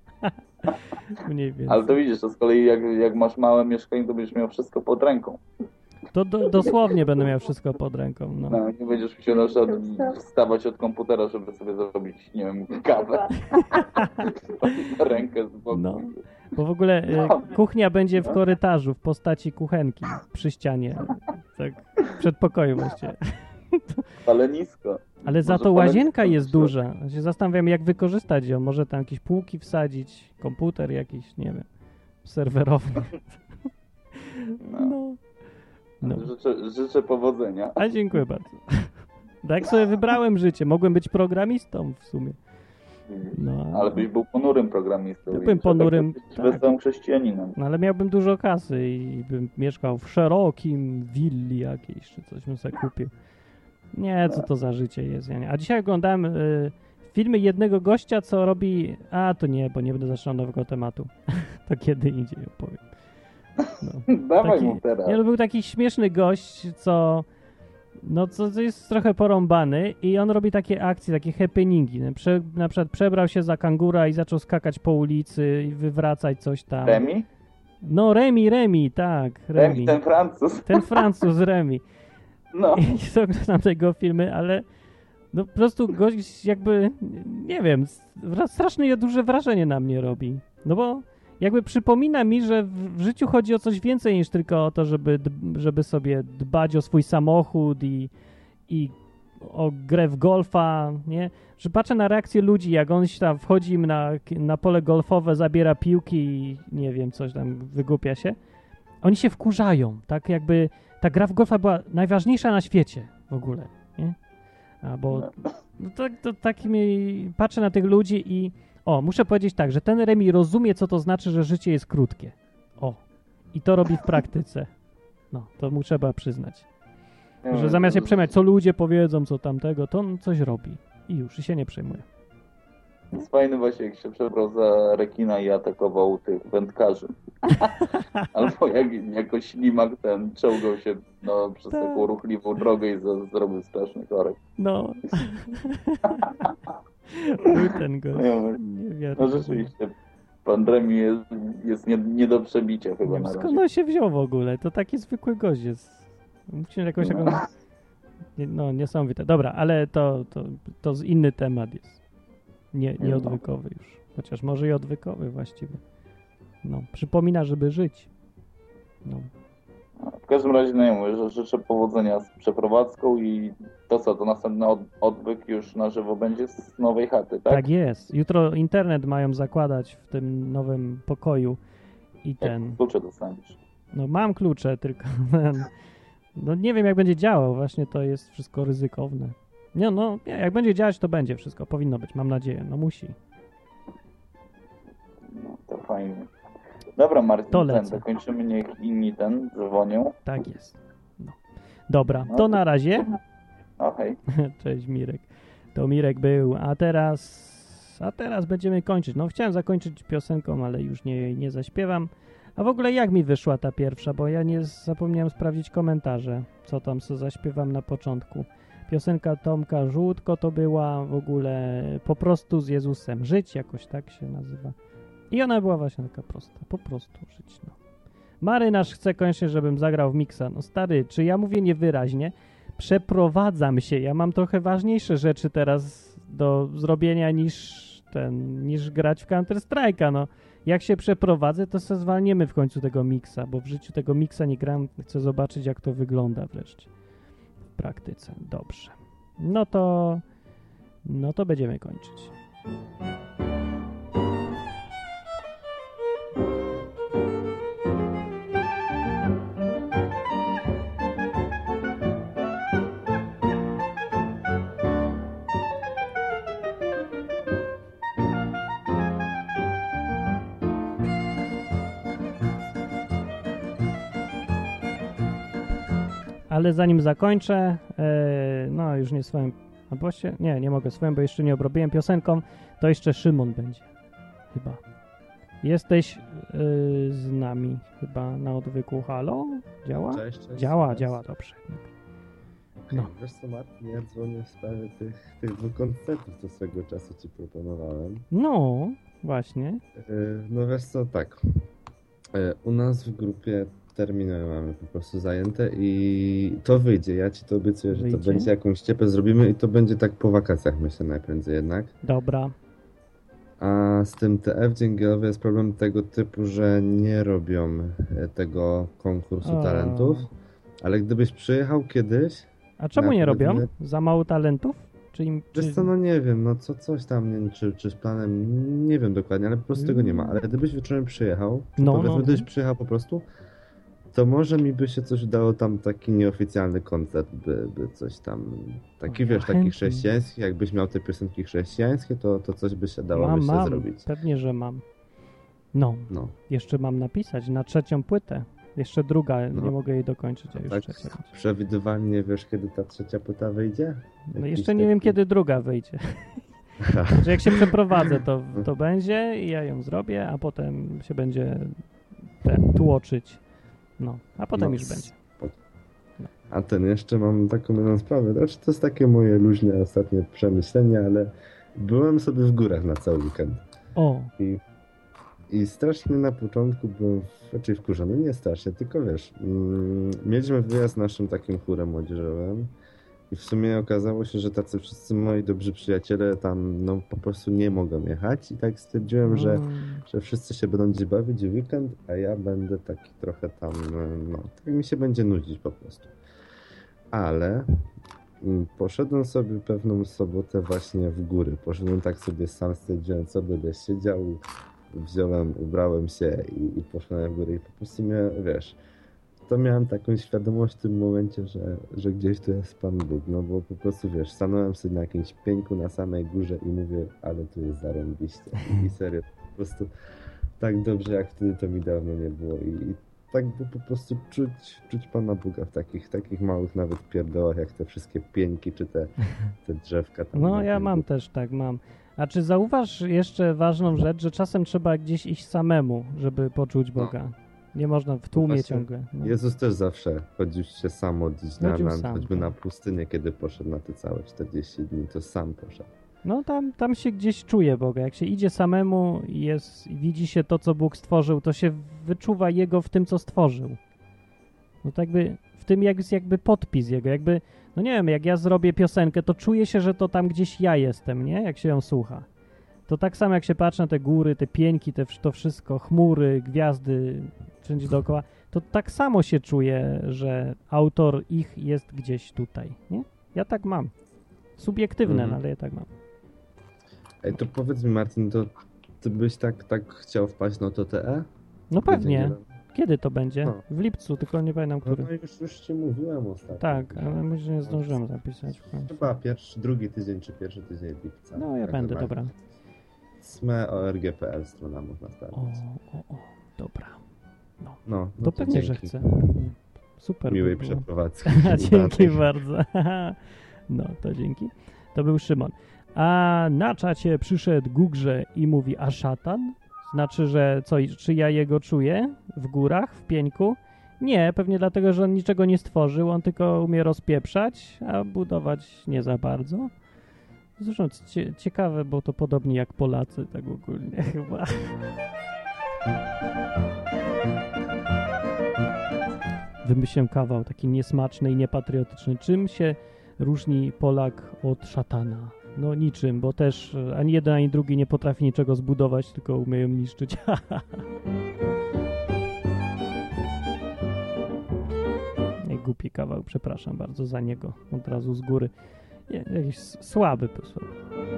Mniej więcej. Ale to widzisz, to z kolei jak, jak masz małe mieszkanie, to będziesz miał wszystko pod ręką. To do, dosłownie będę miał wszystko pod ręką, no. No, nie będziesz musiał na przykład wstawać od komputera, żeby sobie zrobić, nie wiem, kawę. Rękę z boku. No. Bo w ogóle e, kuchnia będzie w korytarzu w postaci kuchenki przy ścianie. Tak, w przedpokoju właściwie. Ale nisko. Ale za Może to łazienka palenisko jest w środku. duża. Ja się zastanawiam, jak wykorzystać ją. Może tam jakieś półki wsadzić, komputer jakiś, nie wiem, serwerowny. No. No. No. Życzę, życzę powodzenia. A dziękuję bardzo. Tak sobie wybrałem życie. Mogłem być programistą w sumie. No, Ale byś był ponurym programistą. Ja i bym trzeba ponurym, być tak. wesołym chrześcijaninem. no ale miałbym dużo kasy i bym mieszkał w szerokim willi jakiejś, czy coś bym sobie kupił. Nie, co to za życie jest. Ja nie. A dzisiaj oglądałem y, filmy jednego gościa, co robi... A, to nie, bo nie będę zaczynał nowego tematu. To kiedy indziej opowiem. No. Dawaj Taki, mu teraz. nie, no był taki śmieszny gość, co... No, co co jest trochę porąbany i on robi takie akcje, takie happeningi. Na, prze, na przykład przebrał się za kangura i zaczął skakać po ulicy i wywracać coś tam. Remi? No, Remi, Remi, tak, Remi. Remi, ten Francuz. Ten Francuz Remi. No. I to oglądam tego filmy, ale no po prostu gość jakby, nie wiem, strasznie duże wrażenie na mnie robi. No bo jakby przypomina mi, że w, w życiu chodzi o coś więcej niż tylko o to, żeby, db- żeby sobie dbać o swój samochód i, i o grę w golfa, nie? Że patrzę na reakcję ludzi, jak on się tam wchodzi im na, na pole golfowe, zabiera piłki i nie wiem, coś tam wygłupia się. Oni się wkurzają, tak jakby ta gra w golfa była najważniejsza na świecie w ogóle, nie? Albo no to, to tak mi patrzę na tych ludzi i o, muszę powiedzieć tak, że ten Remi rozumie, co to znaczy, że życie jest krótkie. O, i to robi w praktyce. No, to mu trzeba przyznać. Że zamiast się przejmować, co ludzie powiedzą, co tamtego, to on coś robi. I już, i się nie przejmuje. Jest fajny właśnie, jak się przebrał za rekina i atakował tych wędkarzy. Albo jak jako ślimak ten czołgał się no, przez Tak. taką ruchliwą drogę i za, zrobił straszny korek. No. Był ten gość. No, Nie wiem. no rzeczywiście, pan Remi jest, jest nie, nie do przebicia chyba na Skąd razie. on się wziął w ogóle? To taki zwykły gość jest. Musimy jakąś taką... Nie- No, niesamowite. Dobra, ale to, to, to z inny temat jest. Nie, nie odwykowy już. Chociaż może i odwykowy właściwie. No, przypomina, żeby żyć. No. W każdym razie, no ja mówię, że życzę powodzenia z przeprowadzką i to co, to następny od, odwyk już na żywo będzie z nowej chaty, tak? Tak jest. Jutro internet mają zakładać w tym nowym pokoju i ten... Jak klucze dostaniesz. No mam klucze, tylko no nie wiem jak będzie działał, właśnie to jest wszystko ryzykowne. Nie, no nie, jak będzie działać, to będzie wszystko, powinno być, mam nadzieję, no musi. No to fajnie. Dobra, Marcin, To ten, lecę. to kończymy, niech inni ten dzwonią. Tak jest. No. Dobra, No to to- na razie. Okej. Cześć Mirek. To Mirek był, a teraz a teraz będziemy kończyć. No chciałem zakończyć piosenką, ale już nie, nie zaśpiewam. A w ogóle jak mi wyszła ta pierwsza, bo ja nie zapomniałem sprawdzić komentarze, co tam sobie zaśpiewam na początku. Piosenka Tomka Żółtko to była w ogóle po prostu z Jezusem żyć, jakoś tak się nazywa. I ona była właśnie taka prosta, po prostu żyć, no. Marynarz chce koniecznie, żebym zagrał w miksa. No stary, czy ja mówię niewyraźnie? Przeprowadzam się, ja mam trochę ważniejsze rzeczy teraz do zrobienia niż ten, niż grać w Counter Strike'a, no. Jak się przeprowadzę, to se zwalniemy w końcu tego miksa, bo w życiu tego miksa nie gram, chcę zobaczyć jak to wygląda wreszcie w praktyce. Dobrze. No to no to będziemy kończyć. ale zanim zakończę, e, no już nie swoim, a właściwie, nie, nie mogę swoim, bo jeszcze nie obrobiłem piosenką, to jeszcze Szymon będzie, chyba. Jesteś y, z nami chyba na odwyku. Halo? Działa? Cześć, cześć. Działa, cześć. działa, dobrze. No. Wiesz co, Martin, ja dzwonię w sprawie tych, tych dwóch koncertów, co swego czasu ci proponowałem. No, właśnie. Yy, no wiesz co, tak. Yy, u nas w grupie terminy mamy po prostu zajęte i to wyjdzie. Ja ci to obiecuję, że Wyjdzie? to będzie jakąś ściepę zrobimy i to będzie tak po wakacjach, myślę, najprędzej jednak. Dobra. A z tym T F Dzięgielowie jest problem tego typu, że nie robią e, tego konkursu O. talentów, ale gdybyś przyjechał kiedyś, A czemu Na nie robią? powiedzmy- Za mało talentów? Czy im... wiesz Czy... co, no nie wiem, no co, coś tam, nie wiem, czy, czy z planem, nie wiem dokładnie, ale po prostu tego nie ma. Ale gdybyś wieczorem przyjechał, czy No, powiedzmy, no. gdybyś przyjechał po prostu, to może mi by się coś udało tam, taki nieoficjalny koncert, by, by coś tam, taki O, ja wiesz, taki chętnie. chrześcijański, jakbyś miał te piosenki chrześcijańskie, to, to coś by się dało Mam, myślę mam. zrobić. Pewnie, że mam. No, No. jeszcze mam napisać na trzecią płytę. Jeszcze druga, No. nie mogę jej dokończyć, a już Tak trzecia będzie. przewidywalnie wiesz, kiedy ta trzecia płyta wyjdzie? No Jakiś jeszcze nie wiem, taki- kiedy druga wyjdzie. Że jak się przeprowadzę, to, to będzie i ja ją zrobię, a potem się będzie ten tłoczyć. No, a potem No, już będzie. spoko. A ten jeszcze mam taką jedną sprawę. Znaczy, to jest takie moje luźne ostatnie przemyślenie, ale byłem sobie w górach na cały weekend. O, I, i strasznie na początku byłem w, raczej wkurzony. Nie strasznie, tylko wiesz, mm, mieliśmy wyjazd z naszym takim chórem młodzieżowym i w sumie okazało się, że tacy wszyscy moi dobrzy przyjaciele tam no po prostu nie mogą jechać i tak stwierdziłem, że mm, że wszyscy się będą gdzieś bawić w weekend, a ja będę taki trochę tam, no, tak mi się będzie nudzić po prostu. Ale mm, poszedłem sobie pewną sobotę właśnie w góry. Poszedłem tak sobie sam, stwierdziłem, co będę siedział, wziąłem, ubrałem się i, i poszedłem w góry i po prostu mnie, wiesz, to miałem taką świadomość w tym momencie, że, że gdzieś tu jest Pan Bóg, no bo po prostu, wiesz, stanąłem sobie na jakimś pieńku na samej górze i mówię, ale tu jest zarąbiście. I, i serio, po prostu tak dobrze, jak wtedy to mi dawno nie było i, i tak było po prostu czuć, czuć Pana Boga w takich, takich małych nawet pierdołach, jak te wszystkie pieńki, czy te, te drzewka tam. no na ja tym mam górze. też tak, mam. A czy zauważ jeszcze ważną rzecz, że czasem trzeba gdzieś iść samemu, żeby poczuć Boga? Nie można w tłumie właśnie ciągle. No. Jezus też zawsze chodził się sam modlić, na, Chodził na, sam, choćby tak. na pustynię, kiedy poszedł na te całe czterdzieści dni, to sam poszedł. No tam, tam się gdzieś czuje Boga. Jak się idzie samemu i jest, i widzi się to, co Bóg stworzył, to się wyczuwa Jego w tym, co stworzył. No tak jakby, w tym jak jest jakby podpis Jego, jakby, no nie wiem, jak ja zrobię piosenkę, to czuję się, że to tam gdzieś ja jestem, nie? Jak się ją słucha. To tak samo jak się patrzy na te góry, te pieńki, te, to wszystko, chmury, gwiazdy, wszędzie dookoła, to tak samo się czuje, że autor ich jest gdzieś tutaj, nie? Ja tak mam. Subiektywne, Mhm. no, ale ja tak mam. Ej, to powiedz mi, Martin, to ty byś tak, tak chciał wpaść na to T E? No pewnie. Dzięki. Kiedy to będzie? No. W lipcu, tylko nie pamiętam, No, który. no już, już ci mówiłem ostatnio. Tak, ale może nie zdążyłem zapisać w końcu. Chyba pierwszy, drugi tydzień czy pierwszy tydzień lipca. No ja Tak będę, chyba. dobra. sme kropka org kropka p l strona można O, sprawdzić. o, o, dobra. No, no To pewnie, że dzięki. chcę. Pewnie. Super. Miłej by było. przeprowadzki. Dzięki Udanej. bardzo. No, to dzięki. To był Szymon. A na czacie przyszedł Google i mówi, a szatan? Znaczy, że co, czy ja jego czuję w górach, w pieńku? Nie, pewnie dlatego, że on niczego nie stworzył, on tylko umie rozpieprzać, a budować nie za bardzo. Zresztą cie, ciekawe, bo to podobnie jak Polacy, tak ogólnie chyba. Wymyśliłem kawał taki niesmaczny i niepatriotyczny. Czym się różni Polak od szatana? No niczym, bo też ani jeden, ani drugi nie potrafi niczego zbudować, tylko umieją niszczyć. Nie, głupi kawał, przepraszam bardzo za niego. Od razu z góry. Nie, jakiś s- słaby był, słaby.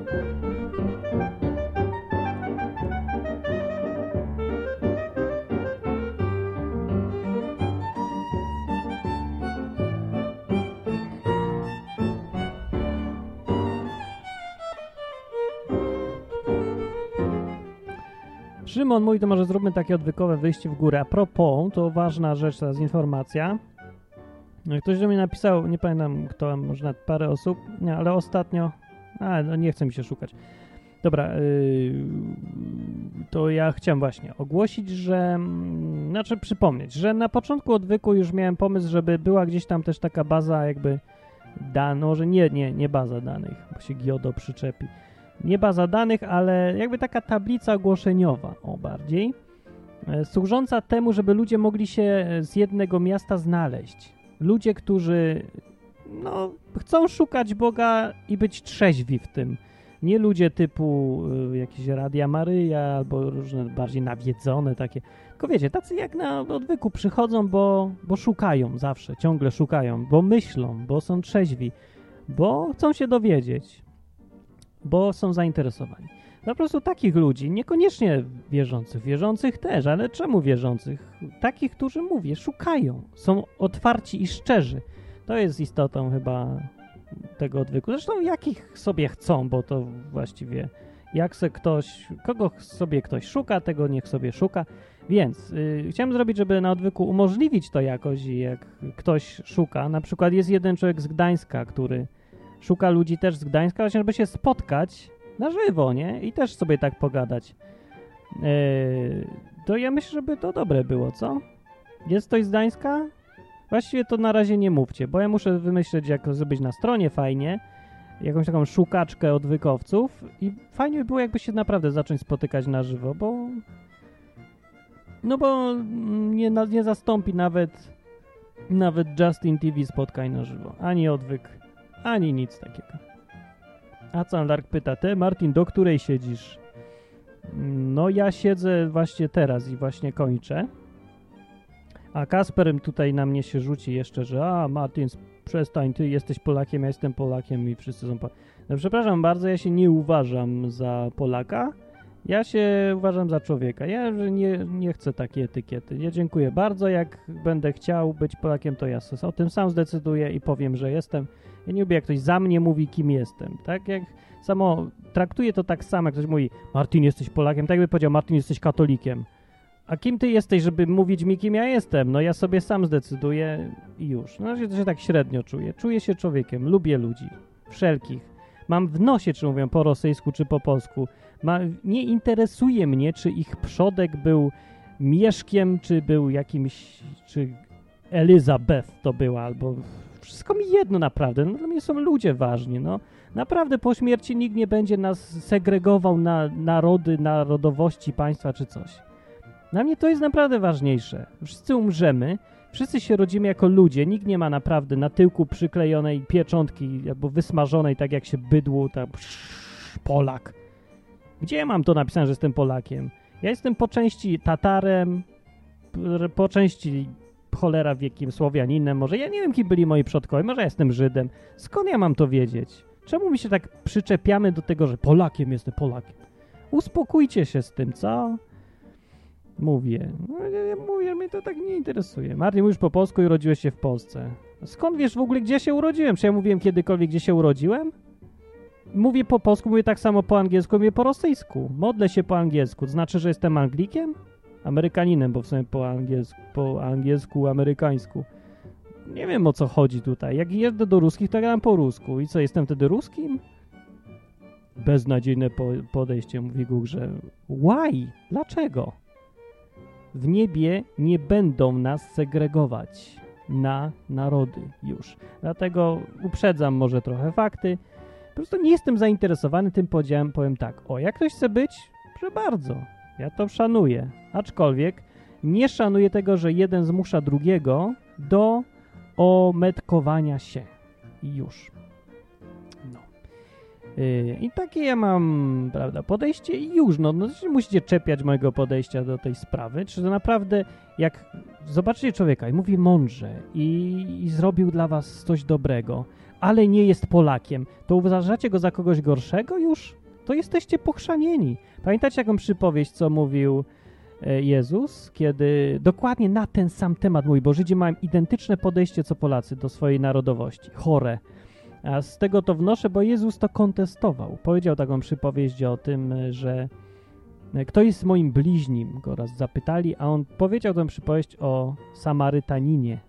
Szymon mówi, to może zróbmy takie odwykowe wyjście w górę. A propos, to ważna rzecz, teraz informacja. No, ktoś do mnie napisał, nie pamiętam kto, może nawet parę osób, nie, ale ostatnio, a no nie chce mi się szukać. Dobra, yy, to ja chciałem właśnie ogłosić, że, znaczy przypomnieć, że na początku odwyku już miałem pomysł, żeby była gdzieś tam też taka baza jakby danych, może nie, nie, nie baza danych, bo się Giodo przyczepi. Nie baza danych, ale jakby taka tablica ogłoszeniowa, o bardziej, e, służąca temu, żeby ludzie mogli się z jednego miasta znaleźć. Ludzie, którzy no, chcą szukać Boga i być trzeźwi w tym. Nie ludzie typu y, jakieś Radia Maryja albo różne bardziej nawiedzone takie. Tylko wiecie, tacy jak na odwyku przychodzą, bo, bo szukają zawsze, ciągle szukają, bo myślą, bo są trzeźwi, bo chcą się dowiedzieć, bo są zainteresowani. No po prostu takich ludzi, niekoniecznie wierzących, wierzących też, ale czemu wierzących? Takich, którzy, mówię, szukają, są otwarci i szczerzy. To jest istotą chyba tego odwyku. Zresztą jakich sobie chcą, bo to właściwie jak se ktoś, kogo sobie ktoś szuka, tego niech sobie szuka. Więc yy, chciałem zrobić, żeby na odwyku umożliwić to jakoś i jak ktoś szuka, na przykład jest jeden człowiek z Gdańska, który szuka ludzi też z Gdańska, właśnie żeby się spotkać na żywo, nie? I też sobie tak pogadać. Yy, to ja myślę, żeby to dobre było, co? Jest ktoś z Gdańska? Właściwie to na razie nie mówcie, bo ja muszę wymyśleć, jak to zrobić na stronie fajnie, jakąś taką szukaczkę odwykowców i fajnie by było, jakby się naprawdę zacząć spotykać na żywo, bo no bo nie, nie zastąpi nawet nawet Justin T V spotkań na żywo, ani odwyk, ani nic takiego. A co Dark pyta, ty Martin, do której siedzisz? No ja siedzę właśnie teraz i właśnie kończę. A Kasper tutaj na mnie się rzuci jeszcze, że a Martin, przestań, ty jesteś Polakiem, ja jestem Polakiem i wszyscy są Polakiem. No przepraszam bardzo, ja się nie uważam za Polaka, ja się uważam za człowieka. Ja nie, nie chcę takiej etykiety. Ja dziękuję bardzo, jak będę chciał być Polakiem, to ja o tym sam zdecyduję i powiem, że jestem. Ja nie lubię, jak ktoś za mnie mówi, kim jestem. Tak jak samo, traktuję to tak samo, jak ktoś mówi, Martin, jesteś Polakiem, tak jakby powiedział, Martin, jesteś katolikiem. A kim ty jesteś, żeby mówić mi, kim ja jestem? No ja sobie sam zdecyduję i już. No to się tak średnio czuję. Czuję się człowiekiem, lubię ludzi. Wszelkich. Mam w nosie, czy mówią po rosyjsku, czy po polsku. Ma, nie interesuje mnie, czy ich przodek był Mieszkiem, czy był jakimś, czy Elizabeth to była, albo wszystko mi jedno naprawdę. No dla mnie są ludzie ważni, no. Naprawdę po śmierci nikt nie będzie nas segregował na narody, narodowości, państwa, czy coś. Dla mnie to jest naprawdę ważniejsze. Wszyscy umrzemy, wszyscy się rodzimy jako ludzie, nikt nie ma naprawdę na tyłku przyklejonej pieczątki albo wysmażonej, tak jak się bydło, tak psz, Polak. Gdzie ja mam to napisane, że jestem Polakiem? Ja jestem po części Tatarem, po części cholera wie kim, Słowianinem, może ja nie wiem, kim byli moi przodkowie, może ja jestem Żydem. Skąd ja mam to wiedzieć? Czemu mi się tak przyczepiamy do tego, że Polakiem jestem Polakiem? Uspokójcie się z tym, co? Mówię. No, ja mówię, mnie to tak nie interesuje. Martin, mówisz po polsku i urodziłeś się w Polsce. Skąd wiesz w ogóle, gdzie się urodziłem? Czy ja mówiłem kiedykolwiek, gdzie się urodziłem? Mówię po polsku, mówię tak samo po angielsku, mówię po rosyjsku. Modlę się po angielsku. To znaczy, że jestem Anglikiem? Amerykaninem, bo w sumie po angielsku, po angielsku, amerykańsku. Nie wiem, o co chodzi tutaj. Jak jeżdżę do ruskich, to gadam po rusku. I co, jestem wtedy ruskim? Beznadziejne po- podejście, mówi Google, że why? Dlaczego? W niebie nie będą nas segregować na narody już. Dlatego uprzedzam może trochę fakty. Po prostu nie jestem zainteresowany tym podziałem. Powiem tak, o, jak ktoś chce być, proszę bardzo, ja to szanuję. Aczkolwiek nie szanuję tego, że jeden zmusza drugiego do ometkowania się. I już. No. Yy, I takie ja mam, prawda, podejście i już, no, no musicie czepiać mojego podejścia do tej sprawy, czy to naprawdę, jak zobaczycie człowieka i mówi mądrze i, i zrobił dla was coś dobrego, ale nie jest Polakiem, to uważacie go za kogoś gorszego już? To jesteście pochrzanieni. Pamiętacie jaką przypowieść, co mówił e, Jezus, kiedy dokładnie na ten sam temat mówi, bo Żydzi mają identyczne podejście co Polacy do swojej narodowości, chore. A z tego to wnoszę, bo Jezus to kontestował. Powiedział taką przypowieść o tym, że kto jest moim bliźnim, go raz zapytali, a on powiedział tę przypowieść o Samarytaninie.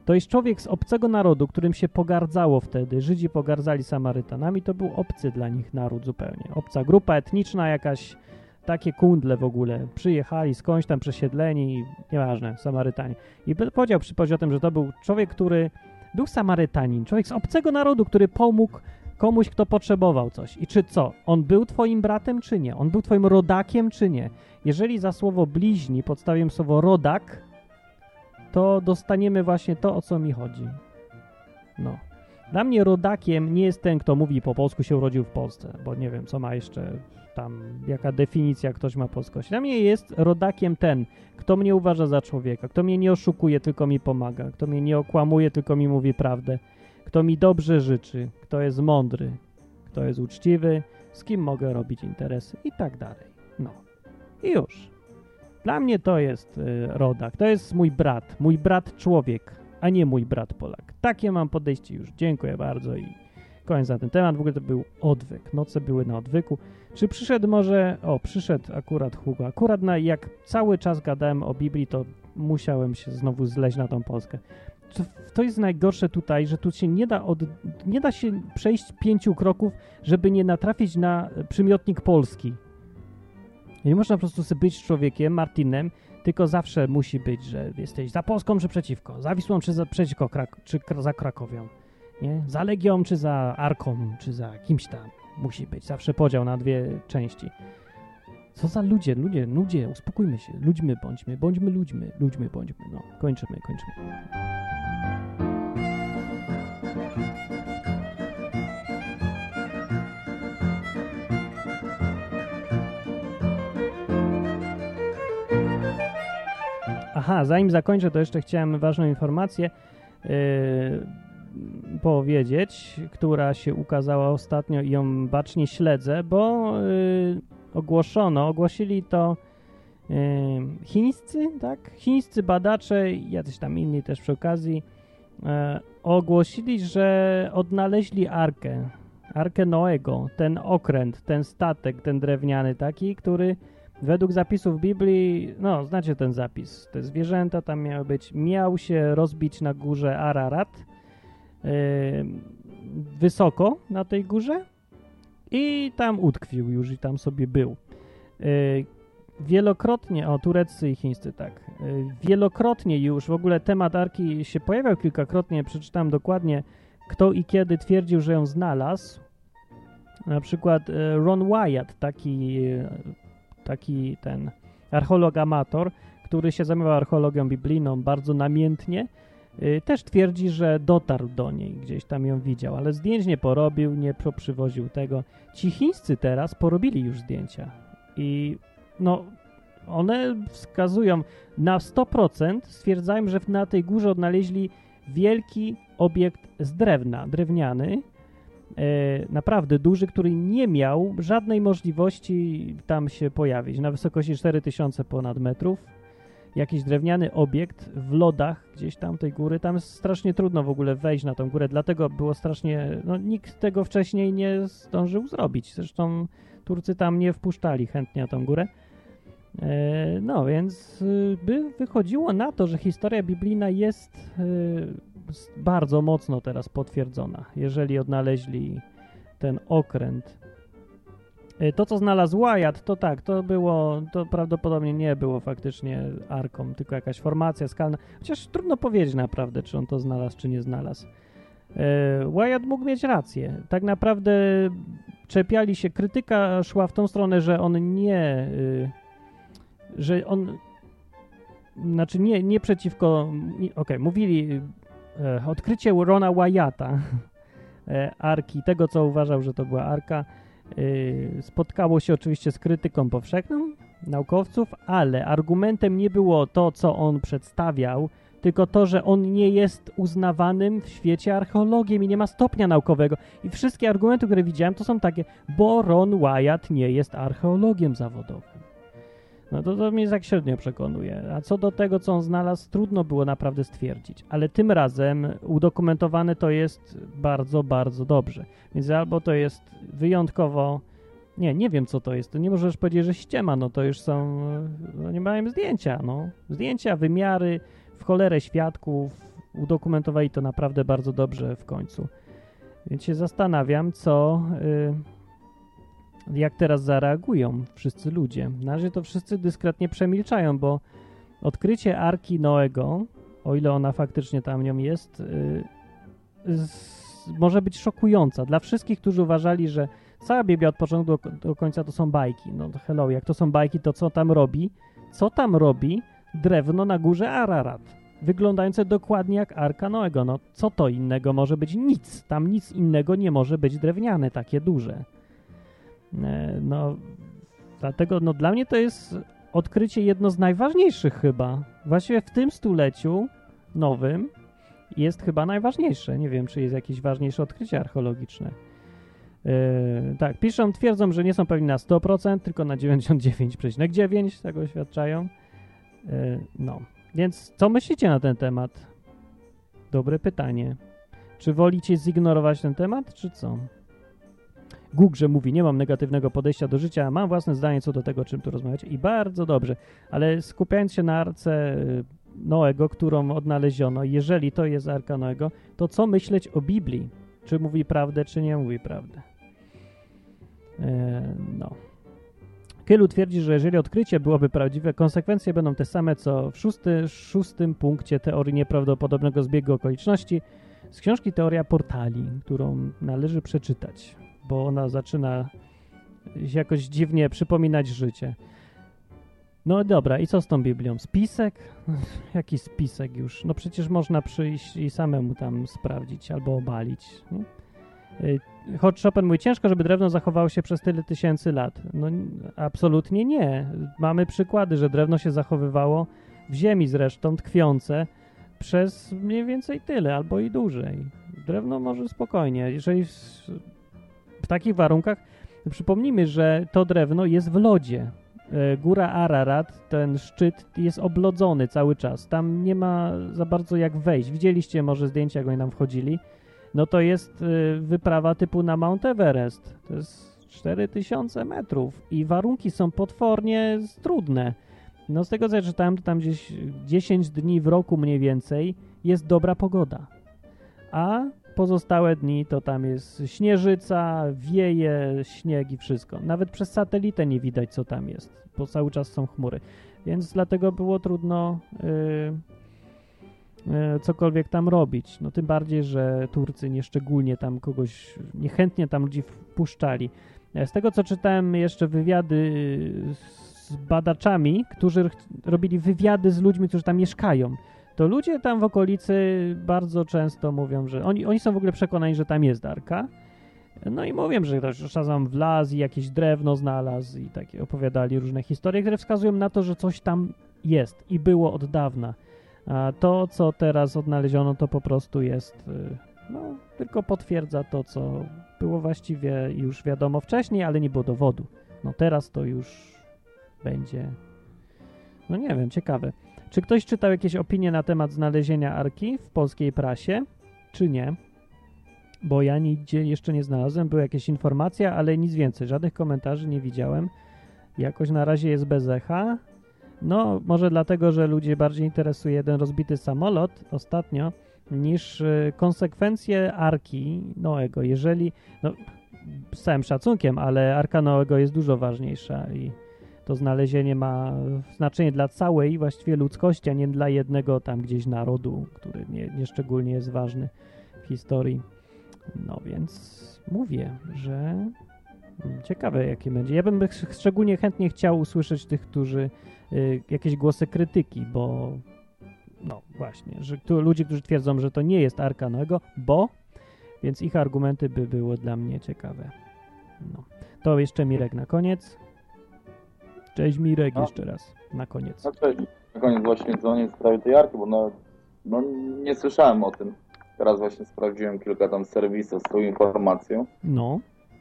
To jest człowiek z obcego narodu, którym się pogardzało wtedy. Żydzi pogardzali Samarytanami, to był obcy dla nich naród zupełnie. Obca grupa etniczna jakaś, takie kundle w ogóle. Przyjechali skądś tam przesiedleni, nieważne, Samarytanie. I powiedział, przypomniał o tym, że to był człowiek, który był Samarytanin, człowiek z obcego narodu, który pomógł komuś, kto potrzebował coś. I czy co? On był twoim bratem, czy nie? On był twoim rodakiem, czy nie? Jeżeli za słowo bliźni podstawię słowo rodak, to dostaniemy właśnie to, o co mi chodzi. No. Dla mnie rodakiem nie jest ten, kto mówi po polsku, się urodził w Polsce, bo nie wiem, co ma jeszcze tam, jaka definicja ktoś ma polskości. Dla mnie jest rodakiem ten, kto mnie uważa za człowieka, kto mnie nie oszukuje, tylko mi pomaga, kto mnie nie okłamuje, tylko mi mówi prawdę, kto mi dobrze życzy, kto jest mądry, kto jest uczciwy, z kim mogę robić interesy i tak dalej. No. I już. Dla mnie to jest y, rodak, to jest mój brat, mój brat człowiek, a nie mój brat Polak. Takie mam podejście już. Dziękuję bardzo i koniec na ten temat. W ogóle to był odwyk. Noce były na odwyku. Czy przyszedł może... O, przyszedł akurat Hugo. Akurat na, jak cały czas gadałem o Biblii, to musiałem się znowu zleźć na tą Polskę. To, to jest najgorsze tutaj, że tu się nie da od, nie da się przejść pięciu kroków, żeby nie natrafić na przymiotnik polski. Nie można po prostu sobie być człowiekiem, Martinem, tylko zawsze musi być, że jesteś za Polską czy przeciwko, za Wisłą czy za, przeciwko Krak- czy za Krakowią, nie? Za Legią czy za Arką, czy za kimś tam. Musi być zawsze podział na dwie części. Co za ludzie, ludzie, ludzie, uspokójmy się, ludźmy bądźmy, bądźmy ludźmi, ludźmy bądźmy, no, kończymy, kończymy. Aha, zanim zakończę, to jeszcze chciałem ważną informację yy, powiedzieć, która się ukazała ostatnio i ją bacznie śledzę, bo yy, ogłoszono, ogłosili to yy, chińscy, tak? Chińscy badacze i jacyś tam inni też przy okazji yy, ogłosili, że odnaleźli Arkę, Arkę Noego, ten okręt, ten statek, ten drewniany taki, który według zapisów Biblii, no znacie ten zapis, te zwierzęta tam miały być, miał się rozbić na górze Ararat, yy, wysoko na tej górze i tam utkwił już i tam sobie był. Yy, wielokrotnie, o tureccy i chińscy, tak, yy, wielokrotnie już, w ogóle temat Arki się pojawiał kilkakrotnie, przeczytałem dokładnie, kto i kiedy twierdził, że ją znalazł. Na przykład yy, Ron Wyatt, taki... Yy, taki ten archeolog amator, który się zajmował archeologią biblijną bardzo namiętnie, yy, też twierdzi, że dotarł do niej, gdzieś tam ją widział, ale zdjęć nie porobił, nie przywoził tego. Ci chińscy teraz porobili już zdjęcia i no one wskazują na sto procent, stwierdzają, że na tej górze odnaleźli wielki obiekt z drewna, drewniany, E, naprawdę duży, który nie miał żadnej możliwości tam się pojawić. Na wysokości cztery tysiące ponad metrów. Jakiś drewniany obiekt w lodach gdzieś tam tej góry. Tam jest strasznie trudno w ogóle wejść na tą górę, dlatego było strasznie... No, nikt tego wcześniej nie zdążył zrobić. Zresztą Turcy tam nie wpuszczali chętnie na tą górę. E, no więc by wychodziło na to, że historia biblijna jest... E, bardzo mocno teraz potwierdzona, jeżeli odnaleźli ten okręt. To, co znalazł Wyatt, to tak, to było, to prawdopodobnie nie było faktycznie arką, tylko jakaś formacja skalna, chociaż trudno powiedzieć naprawdę, czy on to znalazł, czy nie znalazł. Wyatt mógł mieć rację. Tak naprawdę czepiali się, krytyka szła w tą stronę, że on nie, że on, znaczy nie, nie przeciwko, okej, okay, mówili E, odkrycie Rona Wyatta, e, Arki, tego co uważał, że to była Arka, e, spotkało się oczywiście z krytyką powszechną naukowców, ale argumentem nie było to, co on przedstawiał, tylko to, że on nie jest uznawanym w świecie archeologiem i nie ma stopnia naukowego. I wszystkie argumenty, które widziałem, to są takie, bo Ron Wyatt nie jest archeologiem zawodowym. No to, to mnie tak średnio przekonuje. A co do tego, co on znalazł, trudno było naprawdę stwierdzić. Ale tym razem udokumentowane to jest bardzo, bardzo dobrze. Więc albo to jest wyjątkowo... Nie, nie wiem, co to jest. To nie możesz powiedzieć, że ściema. No to już są... No nie mają zdjęcia, no. Zdjęcia, wymiary, w cholerę świadków. udokumentowali to naprawdę bardzo dobrze w końcu. Więc się zastanawiam, co, y, jak teraz zareagują wszyscy ludzie. Na razie to wszyscy dyskretnie przemilczają, bo odkrycie Arki Noego, o ile ona faktycznie tam nią jest, y, z, może być szokująca dla wszystkich, którzy uważali, że cała Biblia od początku do, do końca to są bajki. No to hello, jak to są bajki, to co tam robi? Co tam robi drewno na górze Ararat? Wyglądające dokładnie jak Arka Noego. No co to innego może być? Nic. Tam nic innego nie może być drewniane, takie duże. E, no, dlatego no dla mnie to jest odkrycie jedno z najważniejszych chyba. Właściwie w tym stuleciu nowym jest chyba najważniejsze. Nie wiem, czy jest jakieś ważniejsze odkrycie archeologiczne. Yy, tak, piszą, twierdzą, że nie są pewni na sto procent, tylko na dziewięćdziesiąt dziewięć przecinek dziewięć, tego oświadczają. Yy, no, więc co myślicie na ten temat? Dobre pytanie. Czy wolicie zignorować ten temat, czy co? Google mówi, nie mam negatywnego podejścia do życia, mam własne zdanie co do tego, czym tu rozmawiać i bardzo dobrze, ale skupiając się na Arce Noego, którą odnaleziono, jeżeli to jest Arka Noego, to co myśleć o Biblii? Czy mówi prawdę, czy nie mówi prawdę? Eee, no. Kylu twierdzi, że jeżeli odkrycie byłoby prawdziwe, konsekwencje będą te same, co w szósty, szóstym punkcie teorii nieprawdopodobnego zbiegu okoliczności z książki Teoria Portali, którą należy przeczytać, bo ona zaczyna się jakoś dziwnie przypominać życie. No dobra, i co z tą Biblią? Spisek? Jaki spisek już? No przecież można przyjść i samemu tam sprawdzić albo obalić. Nie? Choć Chopin mówi, ciężko, żeby drewno zachowało się przez tyle tysięcy lat. No absolutnie nie. Mamy przykłady, że drewno się zachowywało w ziemi zresztą, tkwiące przez mniej więcej tyle, albo i dłużej. Drewno może spokojnie. Jeżeli w, w takich warunkach, przypomnijmy, że to drewno jest w lodzie. Góra Ararat, ten szczyt jest oblodzony cały czas. Tam nie ma za bardzo jak wejść. Widzieliście może zdjęcia, jak oni tam wchodzili. No to jest wyprawa typu na Mount Everest. To jest cztery tysiące metrów i warunki są potwornie trudne. No z tego co ja czytałem, to tam gdzieś dziesięć dni w roku mniej więcej jest dobra pogoda. A pozostałe dni to tam jest śnieżyca, wieje, śnieg i wszystko. Nawet przez satelitę nie widać, co tam jest, bo cały czas są chmury. Więc dlatego było trudno yy, yy, cokolwiek tam robić. No tym bardziej, że Turcy nieszczególnie tam kogoś, niechętnie tam ludzi wpuszczali. Z tego, co czytałem jeszcze wywiady z badaczami, którzy robili wywiady z ludźmi, którzy tam mieszkają, to ludzie tam w okolicy bardzo często mówią, że oni, oni są w ogóle przekonani, że tam jest Arka. No i mówią, że ktoś czasem wlazł i jakieś drewno znalazł i takie opowiadali różne historie, które wskazują na to, że coś tam jest i było od dawna. A to, co teraz odnaleziono, to po prostu jest, no, tylko potwierdza to, co było właściwie już wiadomo wcześniej, ale nie było dowodu. No teraz to już będzie, no nie wiem, ciekawe. Czy ktoś czytał jakieś opinie na temat znalezienia Arki w polskiej prasie, czy nie? Bo ja nigdzie jeszcze nie znalazłem. Były jakieś informacje, ale nic więcej. Żadnych komentarzy nie widziałem. Jakoś na razie jest bez echa. No, może dlatego, że ludzi bardziej interesuje jeden rozbity samolot ostatnio niż y, konsekwencje Arki Noego. Jeżeli, no, z całym szacunkiem, ale Arka Noego jest dużo ważniejsza i to znalezienie ma znaczenie dla całej właściwie ludzkości, a nie dla jednego tam gdzieś narodu, który nie, nie szczególnie jest ważny w historii. No więc mówię, że ciekawe jakie będzie. Ja bym szczególnie chętnie chciał usłyszeć tych, którzy y, jakieś głosy krytyki, bo no właśnie, że tu, ludzi, którzy twierdzą, że to nie jest Arka Noego, bo, więc ich argumenty by było dla mnie ciekawe. No. To jeszcze Mirek na koniec. Cześć Mirek, no. Jeszcze raz, na koniec. No cześć, na koniec właśnie dzwonię w sprawie tej Arki, bo no, no nie słyszałem o tym. Teraz właśnie sprawdziłem kilka tam serwisów z tą informacją. No.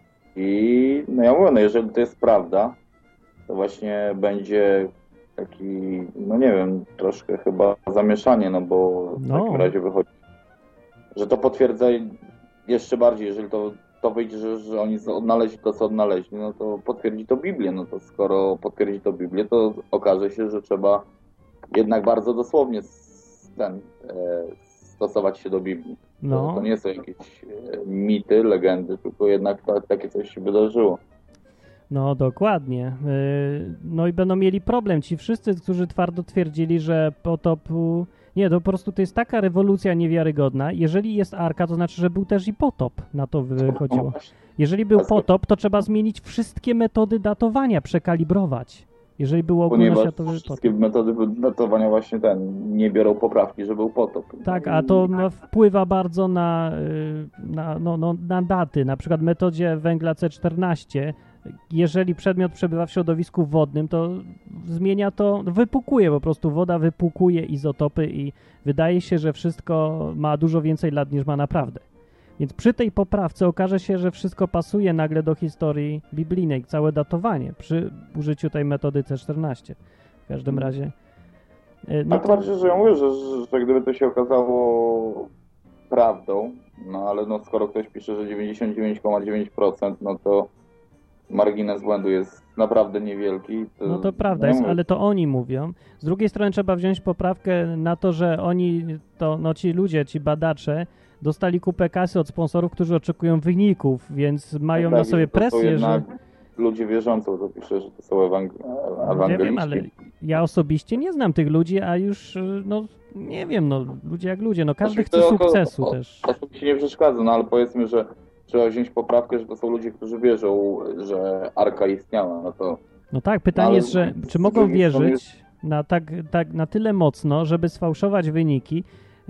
I no ja mówię, no jeżeli to jest prawda, to właśnie będzie taki, no nie wiem, troszkę chyba zamieszanie, no bo w no. takim razie wychodzi, że to potwierdza jeszcze bardziej, jeżeli to to wyjdzie, że, że oni odnaleźli to, co odnaleźli, no to potwierdzi to Biblię. No to skoro potwierdzi to Biblię, to okaże się, że trzeba jednak bardzo dosłownie z, ten, e, z stosować się do Biblii. No. To, to nie są jakieś e, mity, legendy, tylko jednak to, takie coś się wydarzyło. No dokładnie. Yy, No i będą mieli problem ci wszyscy, którzy twardo twierdzili, że potop... Nie, to po prostu to jest taka rewolucja niewiarygodna. Jeżeli jest arka, to znaczy, że był też i potop. Na to wychodziło. Jeżeli był potop, to trzeba zmienić wszystkie metody datowania, przekalibrować. Jeżeli był ogólnoświatowy potop. Wszystkie metody datowania właśnie ten, nie biorą poprawki, że był potop. Tak, a to no, wpływa bardzo na, y, na, no, no, na daty. Na przykład w metodzie węgla C czternaście, jeżeli przedmiot przebywa w środowisku wodnym, to zmienia to, wypukuje po prostu, woda wypukuje izotopy i wydaje się, że wszystko ma dużo więcej lat niż ma naprawdę. Więc przy tej poprawce okaże się, że wszystko pasuje nagle do historii biblijnej, całe datowanie przy użyciu tej metody C czternaście. W każdym razie... No to bardziej, że ja mówię, że, że, że gdyby to się okazało prawdą, no ale no skoro ktoś pisze, że dziewięćdziesiąt dziewięć przecinek dziewięć procent, no to margines błędu jest naprawdę niewielki. To no to prawda jest, ale to oni mówią. Z drugiej strony trzeba wziąć poprawkę na to, że oni, to no ci ludzie, ci badacze dostali kupę kasy od sponsorów, którzy oczekują wyników, więc mają tak, na sobie presję, że... Ludzie wierzący, to pisze, że to są ewang... ewangeliści. Ja wiem, ale ja osobiście nie znam tych ludzi, a już, no nie wiem, no ludzie jak ludzie, no każdy chce sukcesu o, też. Osobiście nie przeszkadza, no ale powiedzmy, że trzeba wziąć poprawkę, że to są ludzie, którzy wierzą, że Arka istniała, no to... No tak, pytanie ale jest, że czy mogą wierzyć na, tak, tak, na tyle mocno, żeby sfałszować wyniki,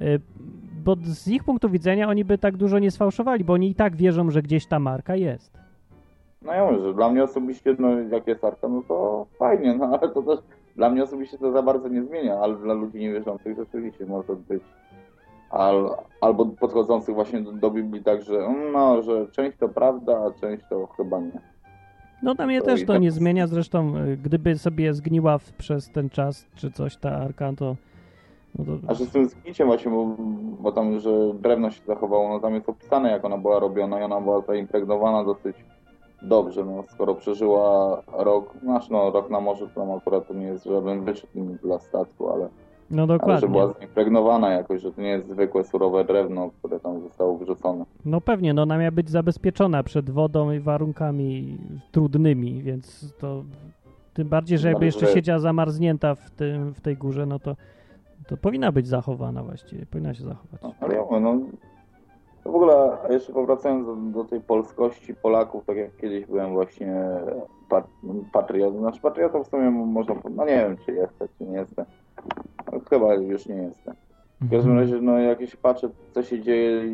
bo z ich punktu widzenia oni by tak dużo nie sfałszowali, bo oni i tak wierzą, że gdzieś ta marka jest. No ja mówię, że dla mnie osobiście, no jak jest Arka, no to fajnie, no ale to też dla mnie osobiście to za bardzo nie zmienia, ale dla ludzi niewierzących rzeczywiście może być. Al, albo podchodzących właśnie do, do Biblii tak, że no, że część to prawda, a część to chyba nie. No dla mnie to też to tak... nie zmienia, zresztą gdyby sobie zgniła w, przez ten czas, czy coś ta Arka, to... No to... A że z tym zgniciem właśnie, bo, bo tam, że drewno się zachowało, no tam jest opisane, jak ona była robiona i ona była zaimpregnowana dosyć dobrze, no skoro przeżyła rok, znaczy no rok na morzu, to tam akurat to nie jest żaden wyczyn dla statku, ale, no dokładnie. ale że była zaimpregnowana jakoś, że to nie jest zwykłe surowe drewno, które tam zostało wrzucone. No pewnie, no ona miała być zabezpieczona przed wodą i warunkami trudnymi, więc to tym bardziej, że jakby jeszcze siedziała zamarznięta w, tym, w tej górze, no to, to powinna być zachowana właściwie, powinna się zachować. No, ale ja mówię, no to w ogóle, a jeszcze powracając do, do tej polskości Polaków, tak jak kiedyś byłem właśnie pat, patriotą, znaczy patriotą w sumie można, no nie wiem, czy jestem, czy nie jestem, ale chyba już nie jestem. W każdym razie, no jak się patrzę, co się dzieje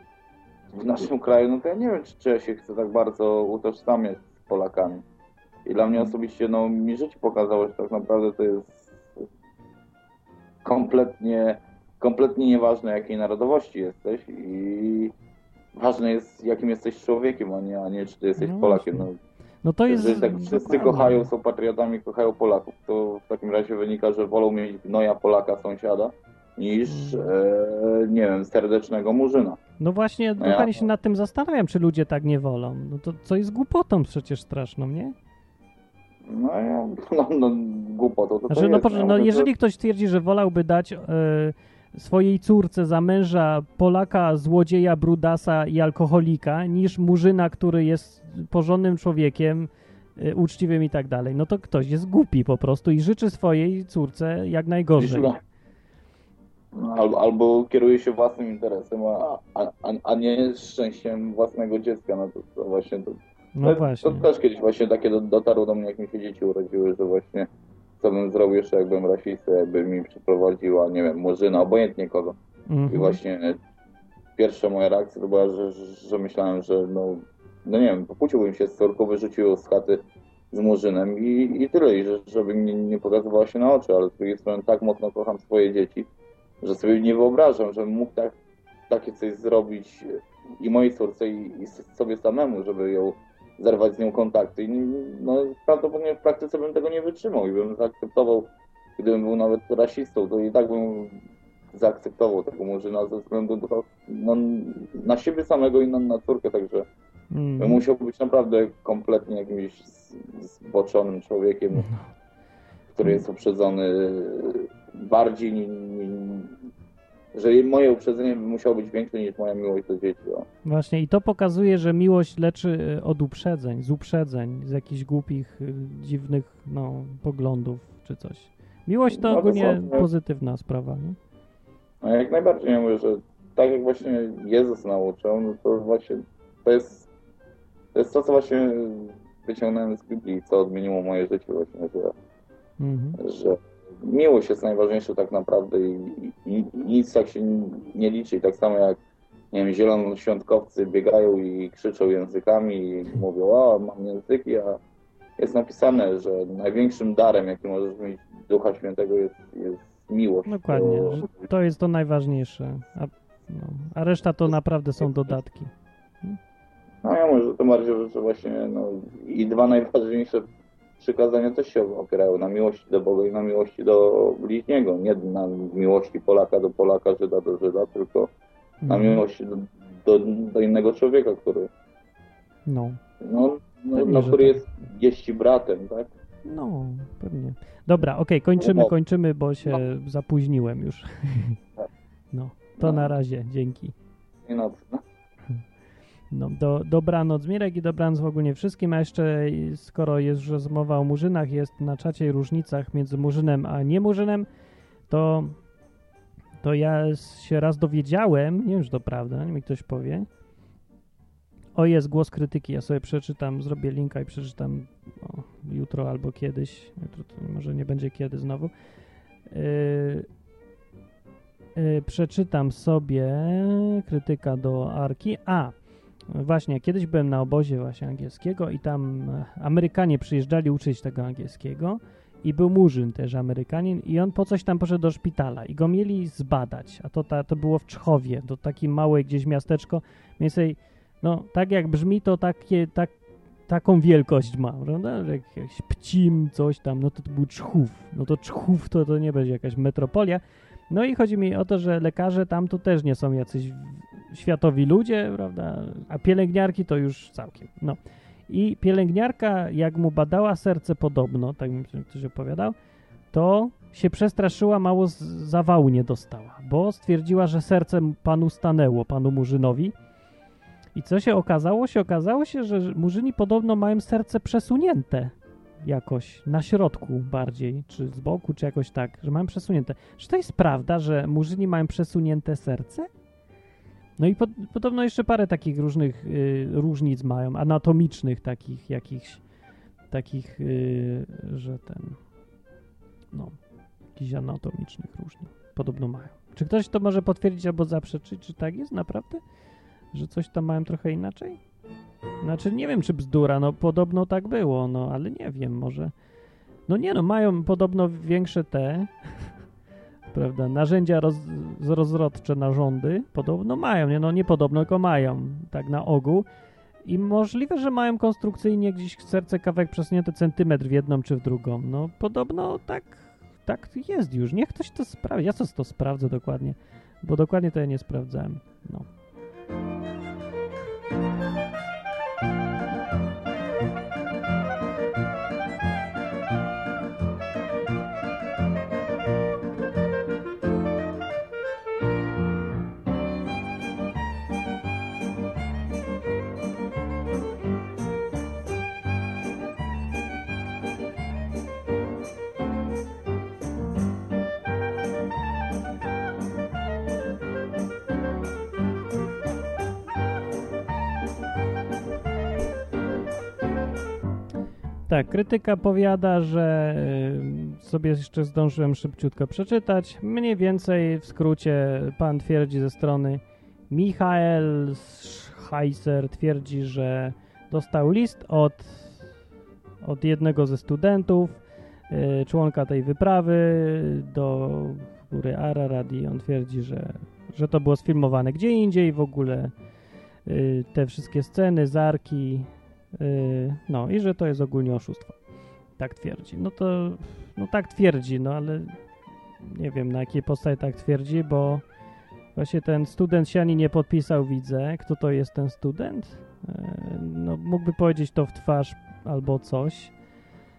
w naszym kraju, no to ja nie wiem, czy, czy ja się chcę tak bardzo utożsamiać z Polakami. I dla mnie osobiście, no mi życie pokazało, że tak naprawdę to jest kompletnie kompletnie nieważne, jakiej narodowości jesteś i ważne jest, jakim jesteś człowiekiem, a nie, a nie czy ty jesteś no Polakiem. No, no to jest... Jeżeli tak wszyscy kochają, są patriotami, kochają Polaków, to w takim razie wynika, że wolą mieć gnoja Polaka sąsiada niż, e, nie wiem, serdecznego Murzyna. No właśnie, no dokładnie ja... się nad tym zastanawiam, czy ludzie tak nie wolą. No to co jest głupotą przecież straszną, nie? No ja, no, no głupotą to, to znaczy, jest. No, no, no jeżeli to... ktoś twierdzi, że wolałby dać... E, swojej córce za męża Polaka, złodzieja, brudasa i alkoholika, niż Murzyna, który jest porządnym człowiekiem, y, uczciwym i tak dalej. No to ktoś jest głupi po prostu i życzy swojej córce jak najgorzej. Albo, albo kieruje się własnym interesem, a, a, a nie szczęściem własnego dziecka. No to, to właśnie to, no to, właśnie. to też kiedyś właśnie takie dotarło do mnie, jak mi się dzieci urodziły, że właśnie co bym zrobił jeszcze, jakbym rasistą, jakby mi przyprowadziła, nie wiem, Murzyna, obojętnie kogo. Mm-hmm. I właśnie pierwsza moja reakcja to była, że, że myślałem, że no, no nie wiem, pokłóciłbym się z córką, wyrzucił ją z chaty z Murzynem i, i tyle, i że, żeby mi nie pokazywała się na oczy, ale z drugiej strony tak mocno kocham swoje dzieci, że sobie nie wyobrażam, żebym mógł tak, takie coś zrobić i mojej córce i, i sobie samemu, żeby ją zerwać z nią kontakty. I no, prawdopodobnie w praktyce bym tego nie wytrzymał i bym zaakceptował, gdybym był nawet rasistą, to i tak bym zaakceptował tego Murzyna ze względu do, no, na siebie samego i na, na córkę, także mm. bym musiał być naprawdę kompletnie jakimś zboczonym człowiekiem, który jest uprzedzony bardziej ni, ni, że moje uprzedzenie musiało być większe niż moja miłość do dzieci. O. Właśnie i to pokazuje, że miłość leczy od uprzedzeń, z uprzedzeń, z jakichś głupich, y, dziwnych no, poglądów czy coś. Miłość to No, ogólnie dosłownie. pozytywna sprawa, nie? No jak najbardziej, ja mówię, że tak jak właśnie Jezus nauczał, no to właśnie to jest to, jest to co właśnie wyciągnąłem z Biblii, co odmieniło moje życie właśnie, że, Mhm. że miłość jest najważniejsza tak naprawdę i, i, i nic tak się nie liczy. I tak samo jak, nie wiem, zielonoświątkowcy biegają i krzyczą językami i mówią, o, mam języki, a jest napisane, że największym darem, jaki możesz mieć Ducha Świętego jest, jest miłość. Dokładnie, To- że to jest to najważniejsze, a, no, a reszta to naprawdę są dodatki. No ja mówię, że to bardziej, że właśnie no, i dwa najważniejsze przykazania też się opierają na miłości do Boga i na miłości do bliźniego. Nie na miłości Polaka do Polaka, Żyda do Żyda, tylko na Mhm. miłości do, do, do innego człowieka, który, No, no, no, Pewnie, no, że który tak. jest, jest ci bratem, tak? no, pewnie. Dobra, okej, kończymy, No. kończymy, bo się zapóźniłem już. No, to No. na razie, dzięki. I no, no. No, do, dobranoc Mirek i dobranoc w ogóle wszystkim, a jeszcze skoro jest już rozmowa o murzynach, jest na czacie i różnicach między murzynem a niemurzynem, to, to ja się raz dowiedziałem, nie wiem, czy to prawda, nie mi ktoś powie. O, jest głos krytyki, ja sobie przeczytam, zrobię linka i przeczytam o, jutro albo kiedyś, jutro to może nie będzie kiedy znowu. Yy, yy, przeczytam sobie krytyka do Arki. A, właśnie, kiedyś byłem na obozie właśnie angielskiego i tam e, Amerykanie przyjeżdżali uczyć tego angielskiego i był murzyn też Amerykanin i on po coś tam poszedł do szpitala i go mieli zbadać, a to, ta, to było w Czchowie, to takie małe gdzieś miasteczko, mniej więcej, no tak jak brzmi, to takie, tak, taką wielkość ma, prawda, że jakiś Pcim, coś tam, no to to był Czchów, no to Czchów to, to nie będzie jakaś metropolia. No i chodzi mi o to, że lekarze tam to też nie są jacyś światowi ludzie, prawda, a pielęgniarki to już całkiem, no. I pielęgniarka, jak mu badała serce podobno, tak mi ktoś opowiadał, to się przestraszyła, mało z zawału nie dostała, bo stwierdziła, że serce panu stanęło, panu Murzynowi. I co się okazało? Się okazało się, że Murzyni podobno mają serce przesunięte jakoś na środku bardziej, czy z boku, czy jakoś tak, że mają przesunięte. Czy to jest prawda, że Murzyni mają przesunięte serce? No i pod, podobno jeszcze parę takich różnych y, różnic mają, anatomicznych takich jakichś, takich, y, że ten, no, jakichś anatomicznych różnic podobno mają. Czy ktoś to może potwierdzić albo zaprzeczyć, czy tak jest naprawdę? Że coś tam mają trochę inaczej? Znaczy nie wiem, czy bzdura, no podobno tak było, no ale nie wiem, może. No nie no, mają podobno większe te, prawda, narzędzia roz, rozrodcze narządy, podobno mają, nie no nie podobno, tylko mają, tak na ogół. I możliwe, że mają konstrukcyjnie gdzieś serce kawałek przesunięte centymetr w jedną czy w drugą. No podobno tak, tak jest już. Niech ktoś to sprawdzi. Ja co to sprawdzę dokładnie, bo dokładnie to ja nie sprawdzałem. No. Tak, krytyka powiada, że y, sobie jeszcze zdążyłem szybciutko przeczytać. Mniej więcej w skrócie pan twierdzi ze strony Michael Scheiser twierdzi, że dostał list od, od jednego ze studentów, y, członka tej wyprawy do góry Ararat i on twierdzi, że, że to było sfilmowane gdzie indziej w ogóle. Y, te wszystkie sceny, zarki, Yy, no i że to jest ogólnie oszustwo. Tak twierdzi. No to, no tak twierdzi, no ale nie wiem na jakiej podstawie tak twierdzi, bo właśnie ten student się ani nie podpisał, widzę. Kto to jest ten student? Yy, no mógłby powiedzieć to w twarz albo coś.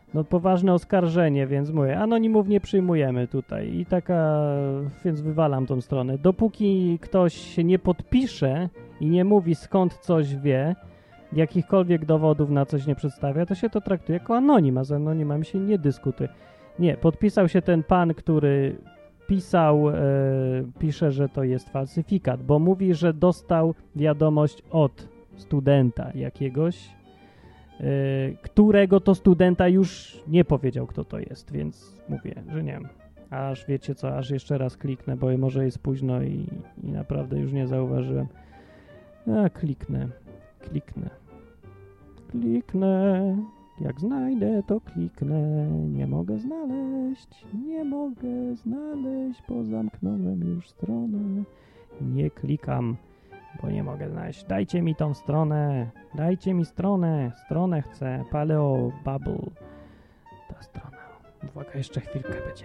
no poważne oskarżenie, więc mówię, anonimów nie przyjmujemy tutaj i taka, więc wywalam tą stronę. Dopóki ktoś się nie podpisze i nie mówi skąd coś wie, jakichkolwiek dowodów na coś nie przedstawia, to się to traktuje jako anonim, a z anonimami się nie dyskutuje. Nie, podpisał się ten pan, który pisał, e, pisze, że to jest falsyfikat, bo mówi, że dostał wiadomość od studenta jakiegoś, e, którego to studenta już nie powiedział, kto to jest, więc mówię, że nie wiem. Aż wiecie co, aż jeszcze raz kliknę, bo może jest późno i, i naprawdę już nie zauważyłem. A, kliknę, kliknę, kliknę. Jak znajdę, to kliknę. Nie mogę znaleźć, nie mogę znaleźć, bo zamknąłem już stronę. Nie klikam, bo nie mogę znaleźć. Dajcie mi tą stronę, dajcie mi stronę, stronę chcę. Paleo Bubble. Ta strona. Uwaga, jeszcze chwilkę będzie.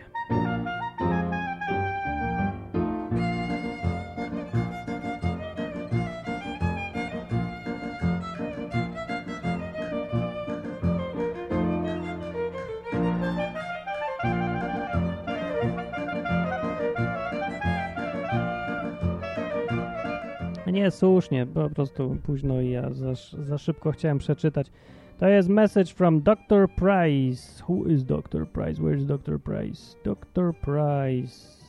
Nie, słusznie, po prostu późno i ja za, za szybko chciałem przeczytać. To jest message from doktor Price. Who is doktor Price? Where is doktor Price? doktor Price.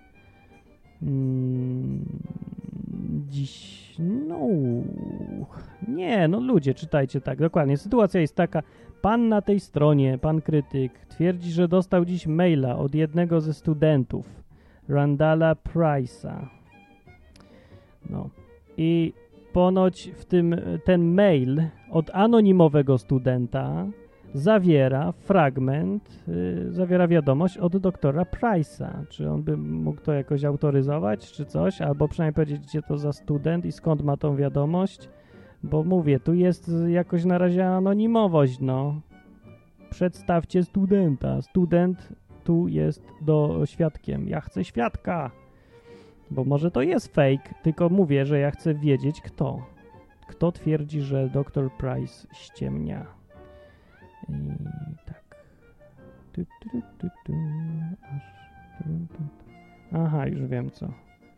Hmm, dziś, no, nie, no ludzie, czytajcie tak, dokładnie. Sytuacja jest taka, pan na tej stronie, pan krytyk, twierdzi, że dostał dziś maila od jednego ze studentów, Randalla Price'a. No. I ponoć w tym ten mail od anonimowego studenta zawiera fragment, yy, zawiera wiadomość od doktora Price'a. Czy on by mógł to jakoś autoryzować, czy coś? Albo przynajmniej powiedzieć, gdzie to za student i skąd ma tą wiadomość? Bo mówię, tu jest jakoś na razie anonimowość, no. Przedstawcie studenta. Student tu jest do świadkiem. Ja chcę świadka. Bo może to jest fake, tylko mówię, że ja chcę wiedzieć kto. Kto twierdzi, że doktor Price ściemnia. I tak. Tu, tu, tu, tu, tu. Aż, tu, tu, tu. Aha, już wiem co.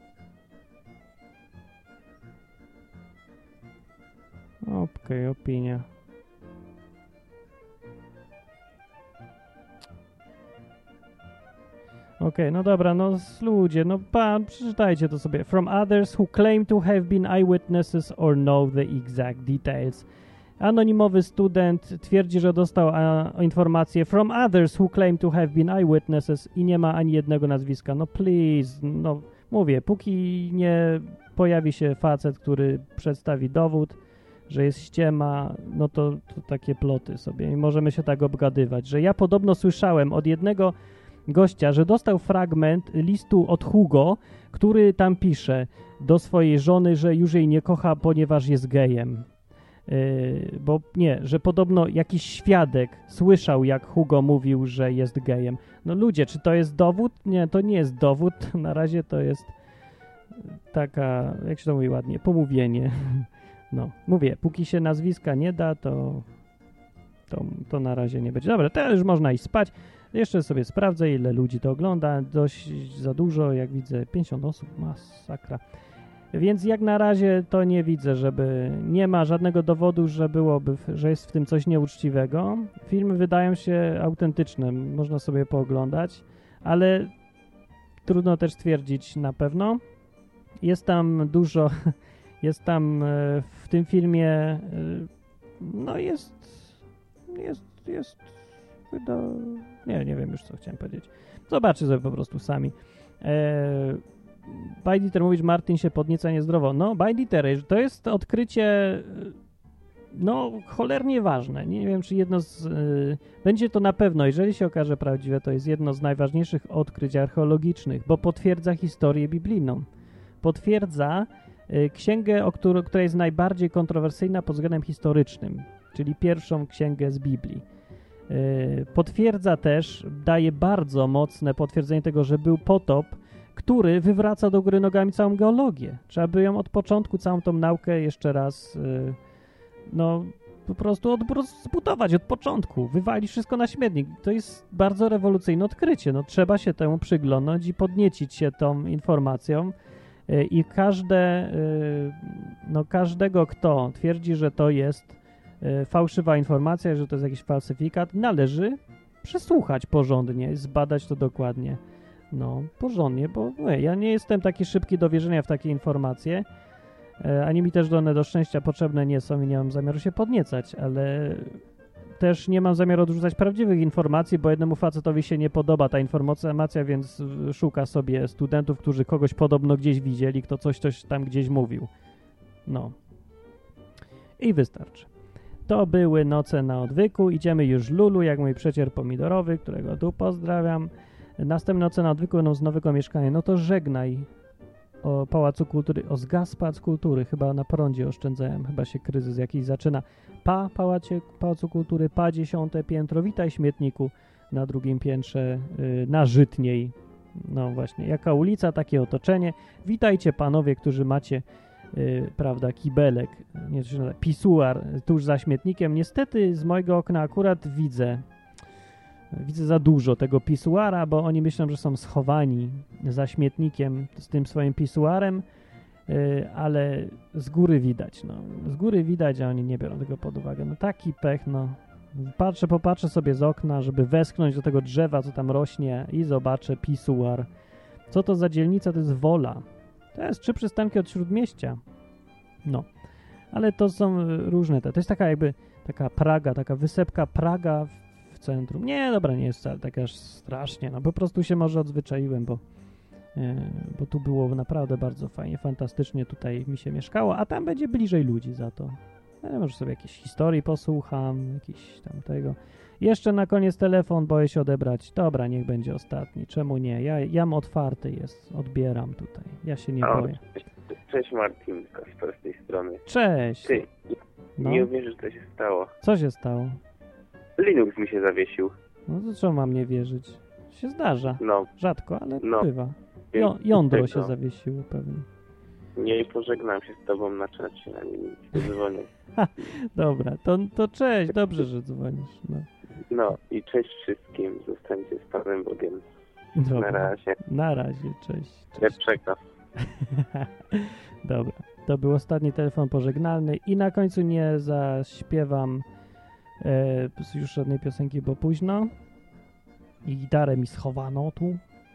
Okej, okay, opinia. Okej, okay, no dobra, no ludzie, no pan, przeczytajcie to sobie. From others who claim to have been eyewitnesses or know the exact details. Anonimowy student twierdzi, że dostał a, informację from others who claim to have been eyewitnesses i nie ma ani jednego nazwiska. No please, no mówię, póki nie pojawi się facet, który przedstawi dowód, że jest ściema, no to, to takie ploty sobie i możemy się tak obgadywać, że ja podobno słyszałem od jednego gościa, że dostał fragment listu od Hugo, który tam pisze do swojej żony, że już jej nie kocha, ponieważ jest gejem. Yy, bo nie, że podobno jakiś świadek słyszał, jak Hugo mówił, że jest gejem. No ludzie, czy to jest dowód? Nie, to nie jest dowód. Na razie to jest taka, jak się to mówi ładnie, pomówienie. No, mówię, póki się nazwiska nie da, to, to, to na razie nie będzie. Dobra, teraz już można iść spać. Jeszcze sobie sprawdzę, ile ludzi to ogląda. Dość za dużo, jak widzę, pięćdziesiąt osób, masakra. Więc jak na razie to nie widzę, żeby nie ma żadnego dowodu, że byłoby, że jest w tym coś nieuczciwego. Filmy wydają się autentyczne, można sobie pooglądać, ale trudno też stwierdzić na pewno. Jest tam dużo, jest tam w tym filmie, no jest, jest, jest, wyda... nie, nie wiem już co chciałem powiedzieć. Zobaczcie sobie po prostu sami. Eee, Bajditer mówi, że Martin się podnieca niezdrowo. No, Bajditer, to jest odkrycie no, cholernie ważne. Nie wiem, czy jedno z... Yy, będzie to na pewno, jeżeli się okaże prawdziwe, to jest jedno z najważniejszych odkryć archeologicznych, bo potwierdza historię biblijną. Potwierdza yy, księgę, o której, która jest najbardziej kontrowersyjna pod względem historycznym, czyli pierwszą księgę z Biblii. Yy, potwierdza też, daje bardzo mocne potwierdzenie tego, że był potop, który wywraca do góry nogami całą geologię. Trzeba by ją od początku, całą tą naukę jeszcze raz yy, no, po prostu od, zbudować od początku, wywalić wszystko na śmietnik. To jest bardzo rewolucyjne odkrycie. No, trzeba się temu przyglądnąć i podniecić się tą informacją yy, i każde, yy, no, każdego, kto twierdzi, że to jest yy, fałszywa informacja, że to jest jakiś falsyfikat, należy przesłuchać porządnie, zbadać to dokładnie. No, porządnie, bo no, ja nie jestem taki szybki do wierzenia w takie informacje, e, ani mi też do one do szczęścia potrzebne nie są i nie mam zamiaru się podniecać, ale też nie mam zamiaru odrzucać prawdziwych informacji, bo jednemu facetowi się nie podoba ta informacja, więc szuka sobie studentów, którzy kogoś podobno gdzieś widzieli, kto coś, coś tam gdzieś mówił. No. I wystarczy. To były Noce na odwyku. Idziemy już Lulu, jak mój przecier pomidorowy, którego tu pozdrawiam. Następne Noce na odwyku będą z nowego mieszkania. No to żegnaj o Pałacu Kultury. O, zgasł Pałac Kultury. Chyba na prądzie oszczędzałem. Chyba się kryzys jakiś zaczyna. Pa Pałacie, Pałacu Kultury, pa dziesiąte piętro. Witaj śmietniku na drugim piętrze, yy, na Żytniej. No właśnie, jaka ulica, takie otoczenie. Witajcie panowie, którzy macie Yy, prawda, kibelek, nie, to się nazywa, pisuar tuż za śmietnikiem. Niestety z mojego okna akurat widzę widzę za dużo tego pisuara, bo oni myślą, że są schowani za śmietnikiem z tym swoim pisuarem, yy, ale z góry widać, no. Z góry widać, a oni nie biorą tego pod uwagę. No taki pech, no. Patrzę, popatrzę sobie z okna, żeby westchnąć do tego drzewa, co tam rośnie i zobaczę pisuar. Co to za dzielnica? To jest Wola. To jest trzy przystanki od Śródmieścia. No. Ale to są różne te. To jest taka jakby taka Praga, taka wysepka Praga w centrum. Nie, dobra, nie jest wcale tak aż strasznie. No po prostu się może odzwyczaiłem, bo, e, bo tu było naprawdę bardzo fajnie, fantastycznie tutaj mi się mieszkało, a tam będzie bliżej ludzi za to. Ale może sobie jakieś historii posłucham, jakiś tam tego. Jeszcze na koniec telefon, boję się odebrać. Dobra, niech będzie ostatni. Czemu nie? Ja, jam otwarty jest. Odbieram tutaj. Ja się nie o, boję. Cześć, cześć Martin, Kasper z tej strony. Cześć. Ty, no. nie uwierzysz, co się stało. Co się stało? Linux mi się zawiesił. No to czemu mam nie wierzyć? Się zdarza. No. Rzadko, ale no. bywa. Jo, jądro tego. się zawiesiło pewnie. Nie pożegnam się z tobą na czacie, ani nie dzwonię. Dobra, to, to cześć. Dobrze, że dzwonisz. No. No i cześć wszystkim. Zostańcie z Panem Bogiem. Dobra. Na razie. Na razie, cześć. cześć. Lepszego. Dobra, to był ostatni telefon pożegnalny i na końcu nie zaśpiewam e, już żadnej piosenki, bo późno i gitarę mi schowano tu. E,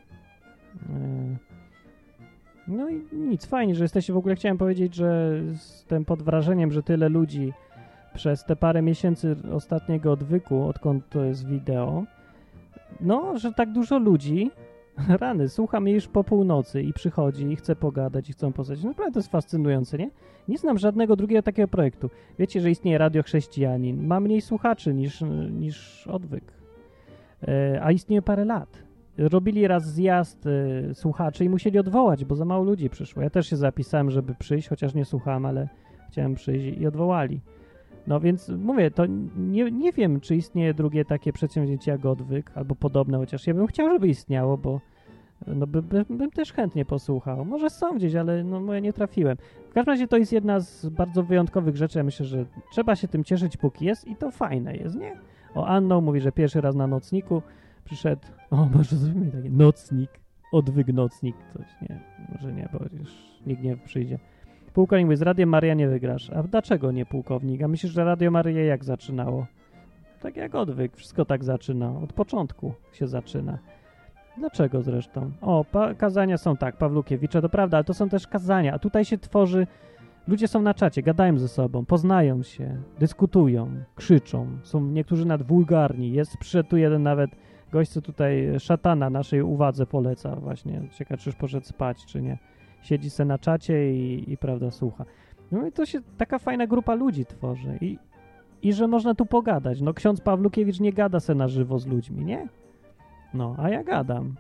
no i nic, fajnie, że jesteście w ogóle. Chciałem powiedzieć, że jestem pod wrażeniem, że tyle ludzi przez te parę miesięcy ostatniego odwyku, odkąd to jest wideo, no, że tak dużo ludzi, rany, słucha mnie już po północy i przychodzi i chce pogadać i chcą poznać. Naprawdę to jest fascynujące, nie? Nie znam żadnego drugiego takiego projektu. Wiecie, że istnieje Radio Chrześcijanin. Ma mniej słuchaczy niż, niż odwyk. E, a istnieje parę lat. Robili raz zjazd e, słuchaczy i musieli odwołać, bo za mało ludzi przyszło. Ja też się zapisałem, żeby przyjść, chociaż nie słuchałem, ale chciałem przyjść i odwołali. No więc mówię, to nie, nie wiem, czy istnieje drugie takie przedsięwzięcie jak odwyk, albo podobne, chociaż ja bym chciał, żeby istniało, bo no by, by, bym też chętnie posłuchał. Może są gdzieś, ale no ja nie trafiłem. W każdym razie to jest jedna z bardzo wyjątkowych rzeczy. Ja myślę, że trzeba się tym cieszyć, póki jest i to fajne jest, nie? O, Anną mówi, że pierwszy raz na nocniku przyszedł, o, może zrobimy taki nocnik, odwyk nocnik, coś, nie, może nie, bo już nikt nie przyjdzie. Pułkownik mówi, z Radiem Maryja nie wygrasz. A dlaczego nie pułkownik? A myślisz, że Radio Maryja jak zaczynało? Tak jak odwyk, wszystko tak zaczyna. Od początku się zaczyna. Dlaczego zresztą? O, pa- kazania są tak, Pawłukiewicze, to prawda, ale to są też kazania. A tutaj się tworzy, ludzie są na czacie, gadają ze sobą, poznają się, dyskutują, krzyczą. Są niektórzy nad wulgarni. Jest, przyszedł tu jeden nawet gość, co tutaj szatana naszej uwadze poleca właśnie. Ciekawe, czy już poszedł spać, czy nie. Siedzi se na czacie i, i prawda, słucha. No i to się taka fajna grupa ludzi tworzy i, i że można tu pogadać. No ksiądz Pawlukiewicz nie gada se na żywo z ludźmi, nie? No, a ja gadam.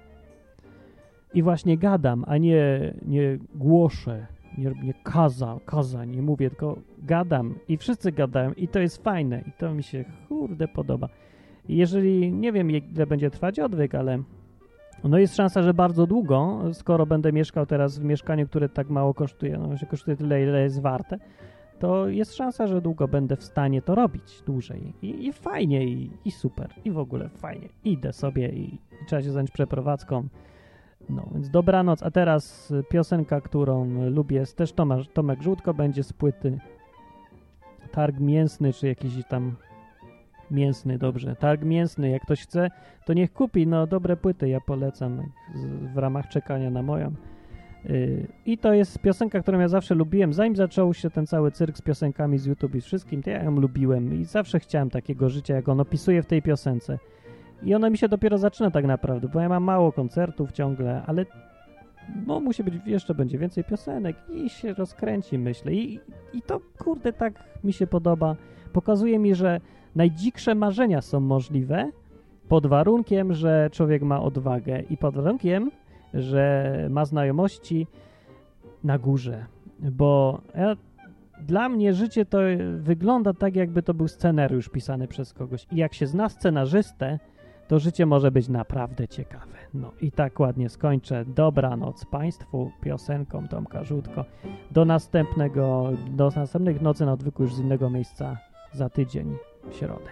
I właśnie gadam, a nie, nie głoszę, nie, nie kaza, kaza, nie mówię, tylko gadam i wszyscy gadają i to jest fajne i to mi się kurde podoba. I jeżeli, nie wiem ile będzie trwać odwyk, ale no jest szansa, że bardzo długo, skoro będę mieszkał teraz w mieszkaniu, które tak mało kosztuje, no się kosztuje tyle, ile jest warte, to jest szansa, że długo będę w stanie to robić dłużej. I, i fajnie, i, i super, i w ogóle fajnie. Idę sobie i, i trzeba się zająć przeprowadzką. No, więc dobranoc. A teraz piosenka, którą lubię, jest też Tomasz, Tomek Żółtko, będzie z płyty Targ Mięsny, czy jakiś tam mięsny, dobrze. Targ Mięsny, jak ktoś chce, to niech kupi. No, dobre płyty, ja polecam z, w ramach czekania na moją. Yy, I to jest piosenka, którą ja zawsze lubiłem. Zanim zaczął się ten cały cyrk z piosenkami z YouTube i z wszystkim, to ja ją lubiłem i zawsze chciałem takiego życia, jak on opisuje w tej piosence. I ona mi się dopiero zaczyna tak naprawdę, bo ja mam mało koncertów ciągle, ale no musi być, jeszcze będzie więcej piosenek i się rozkręci, myślę. I, i to, kurde, tak mi się podoba. Pokazuje mi, że najdziksze marzenia są możliwe pod warunkiem, że człowiek ma odwagę i pod warunkiem, że ma znajomości na górze. Bo ja, dla mnie życie to wygląda tak, jakby to był scenariusz pisany przez kogoś. I jak się zna scenarzystę, to życie może być naprawdę ciekawe. No i tak ładnie skończę. Dobranoc Państwu piosenką Tomka Żółtko. Do następnego, do następnych nocy na odwyku już z innego miejsca za tydzień w środę.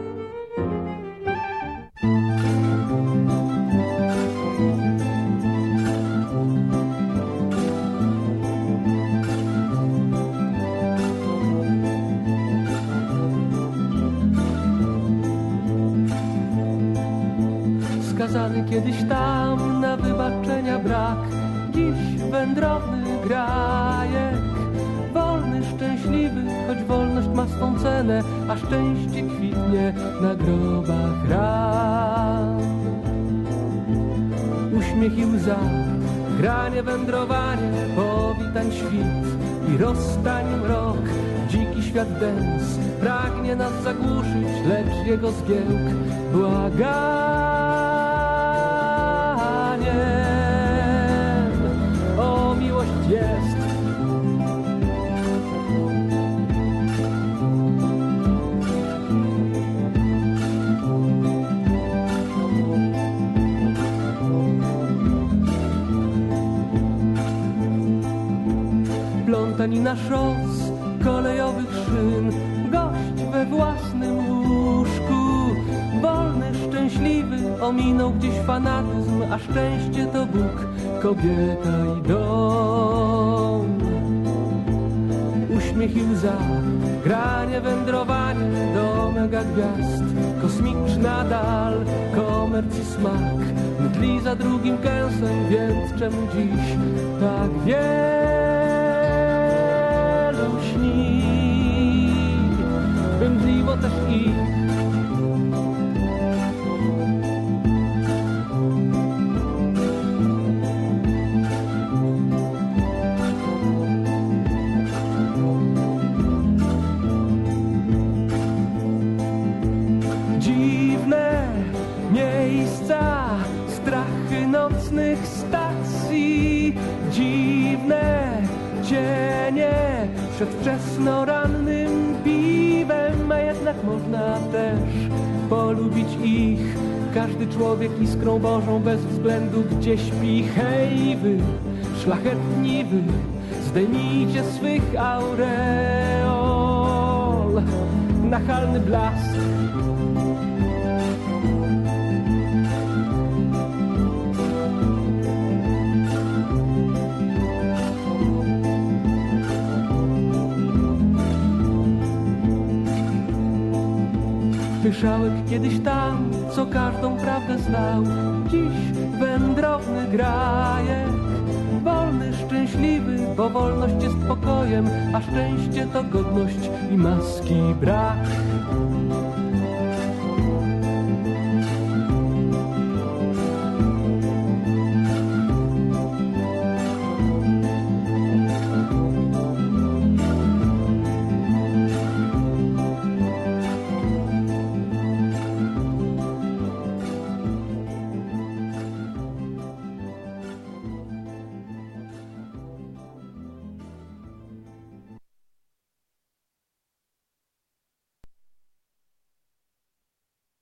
Skazany kiedyś tam na wybaczenia brak, dziś wędrowny grajek. Wolny, szczęśliwy, choć wolność ma swą cenę, a szczęście kwitnie na grobach ran. Uśmiech i łza, granie, wędrowanie, powitań świt i rozstań mrok. Dziki świat dęs pragnie nas zagłuszyć, lecz jego zgiełk błaga. O, miłość jest. Plątanina szos, kolejowych szyn, gość we własnym łóżku. Wolny, szczęśliwy, ominął gdzieś fanatyzm, a szczęście to Bóg, kobieta i dom. Uśmiech i łza, granie, wędrowanie do mega gwiazd, kosmiczna dal, komerc i smak, mdli za drugim kęsem, więc czemu dziś tak wielu śni? Pędliwo też i nocnych stacji, dziwne cienie przed wczesno rannym piwem, a jednak można też polubić ich. Każdy człowiek iskrą Bożą bez względu gdzie śpi. Hej wy, szlachetni wy, zdejmijcie swych aureol, nachalny blask. Pyszałek kiedyś tam, co każdą prawdę znał, dziś wędrowny grajek. Wolny, szczęśliwy, bo wolność jest pokojem, a szczęście to godność i maski brak.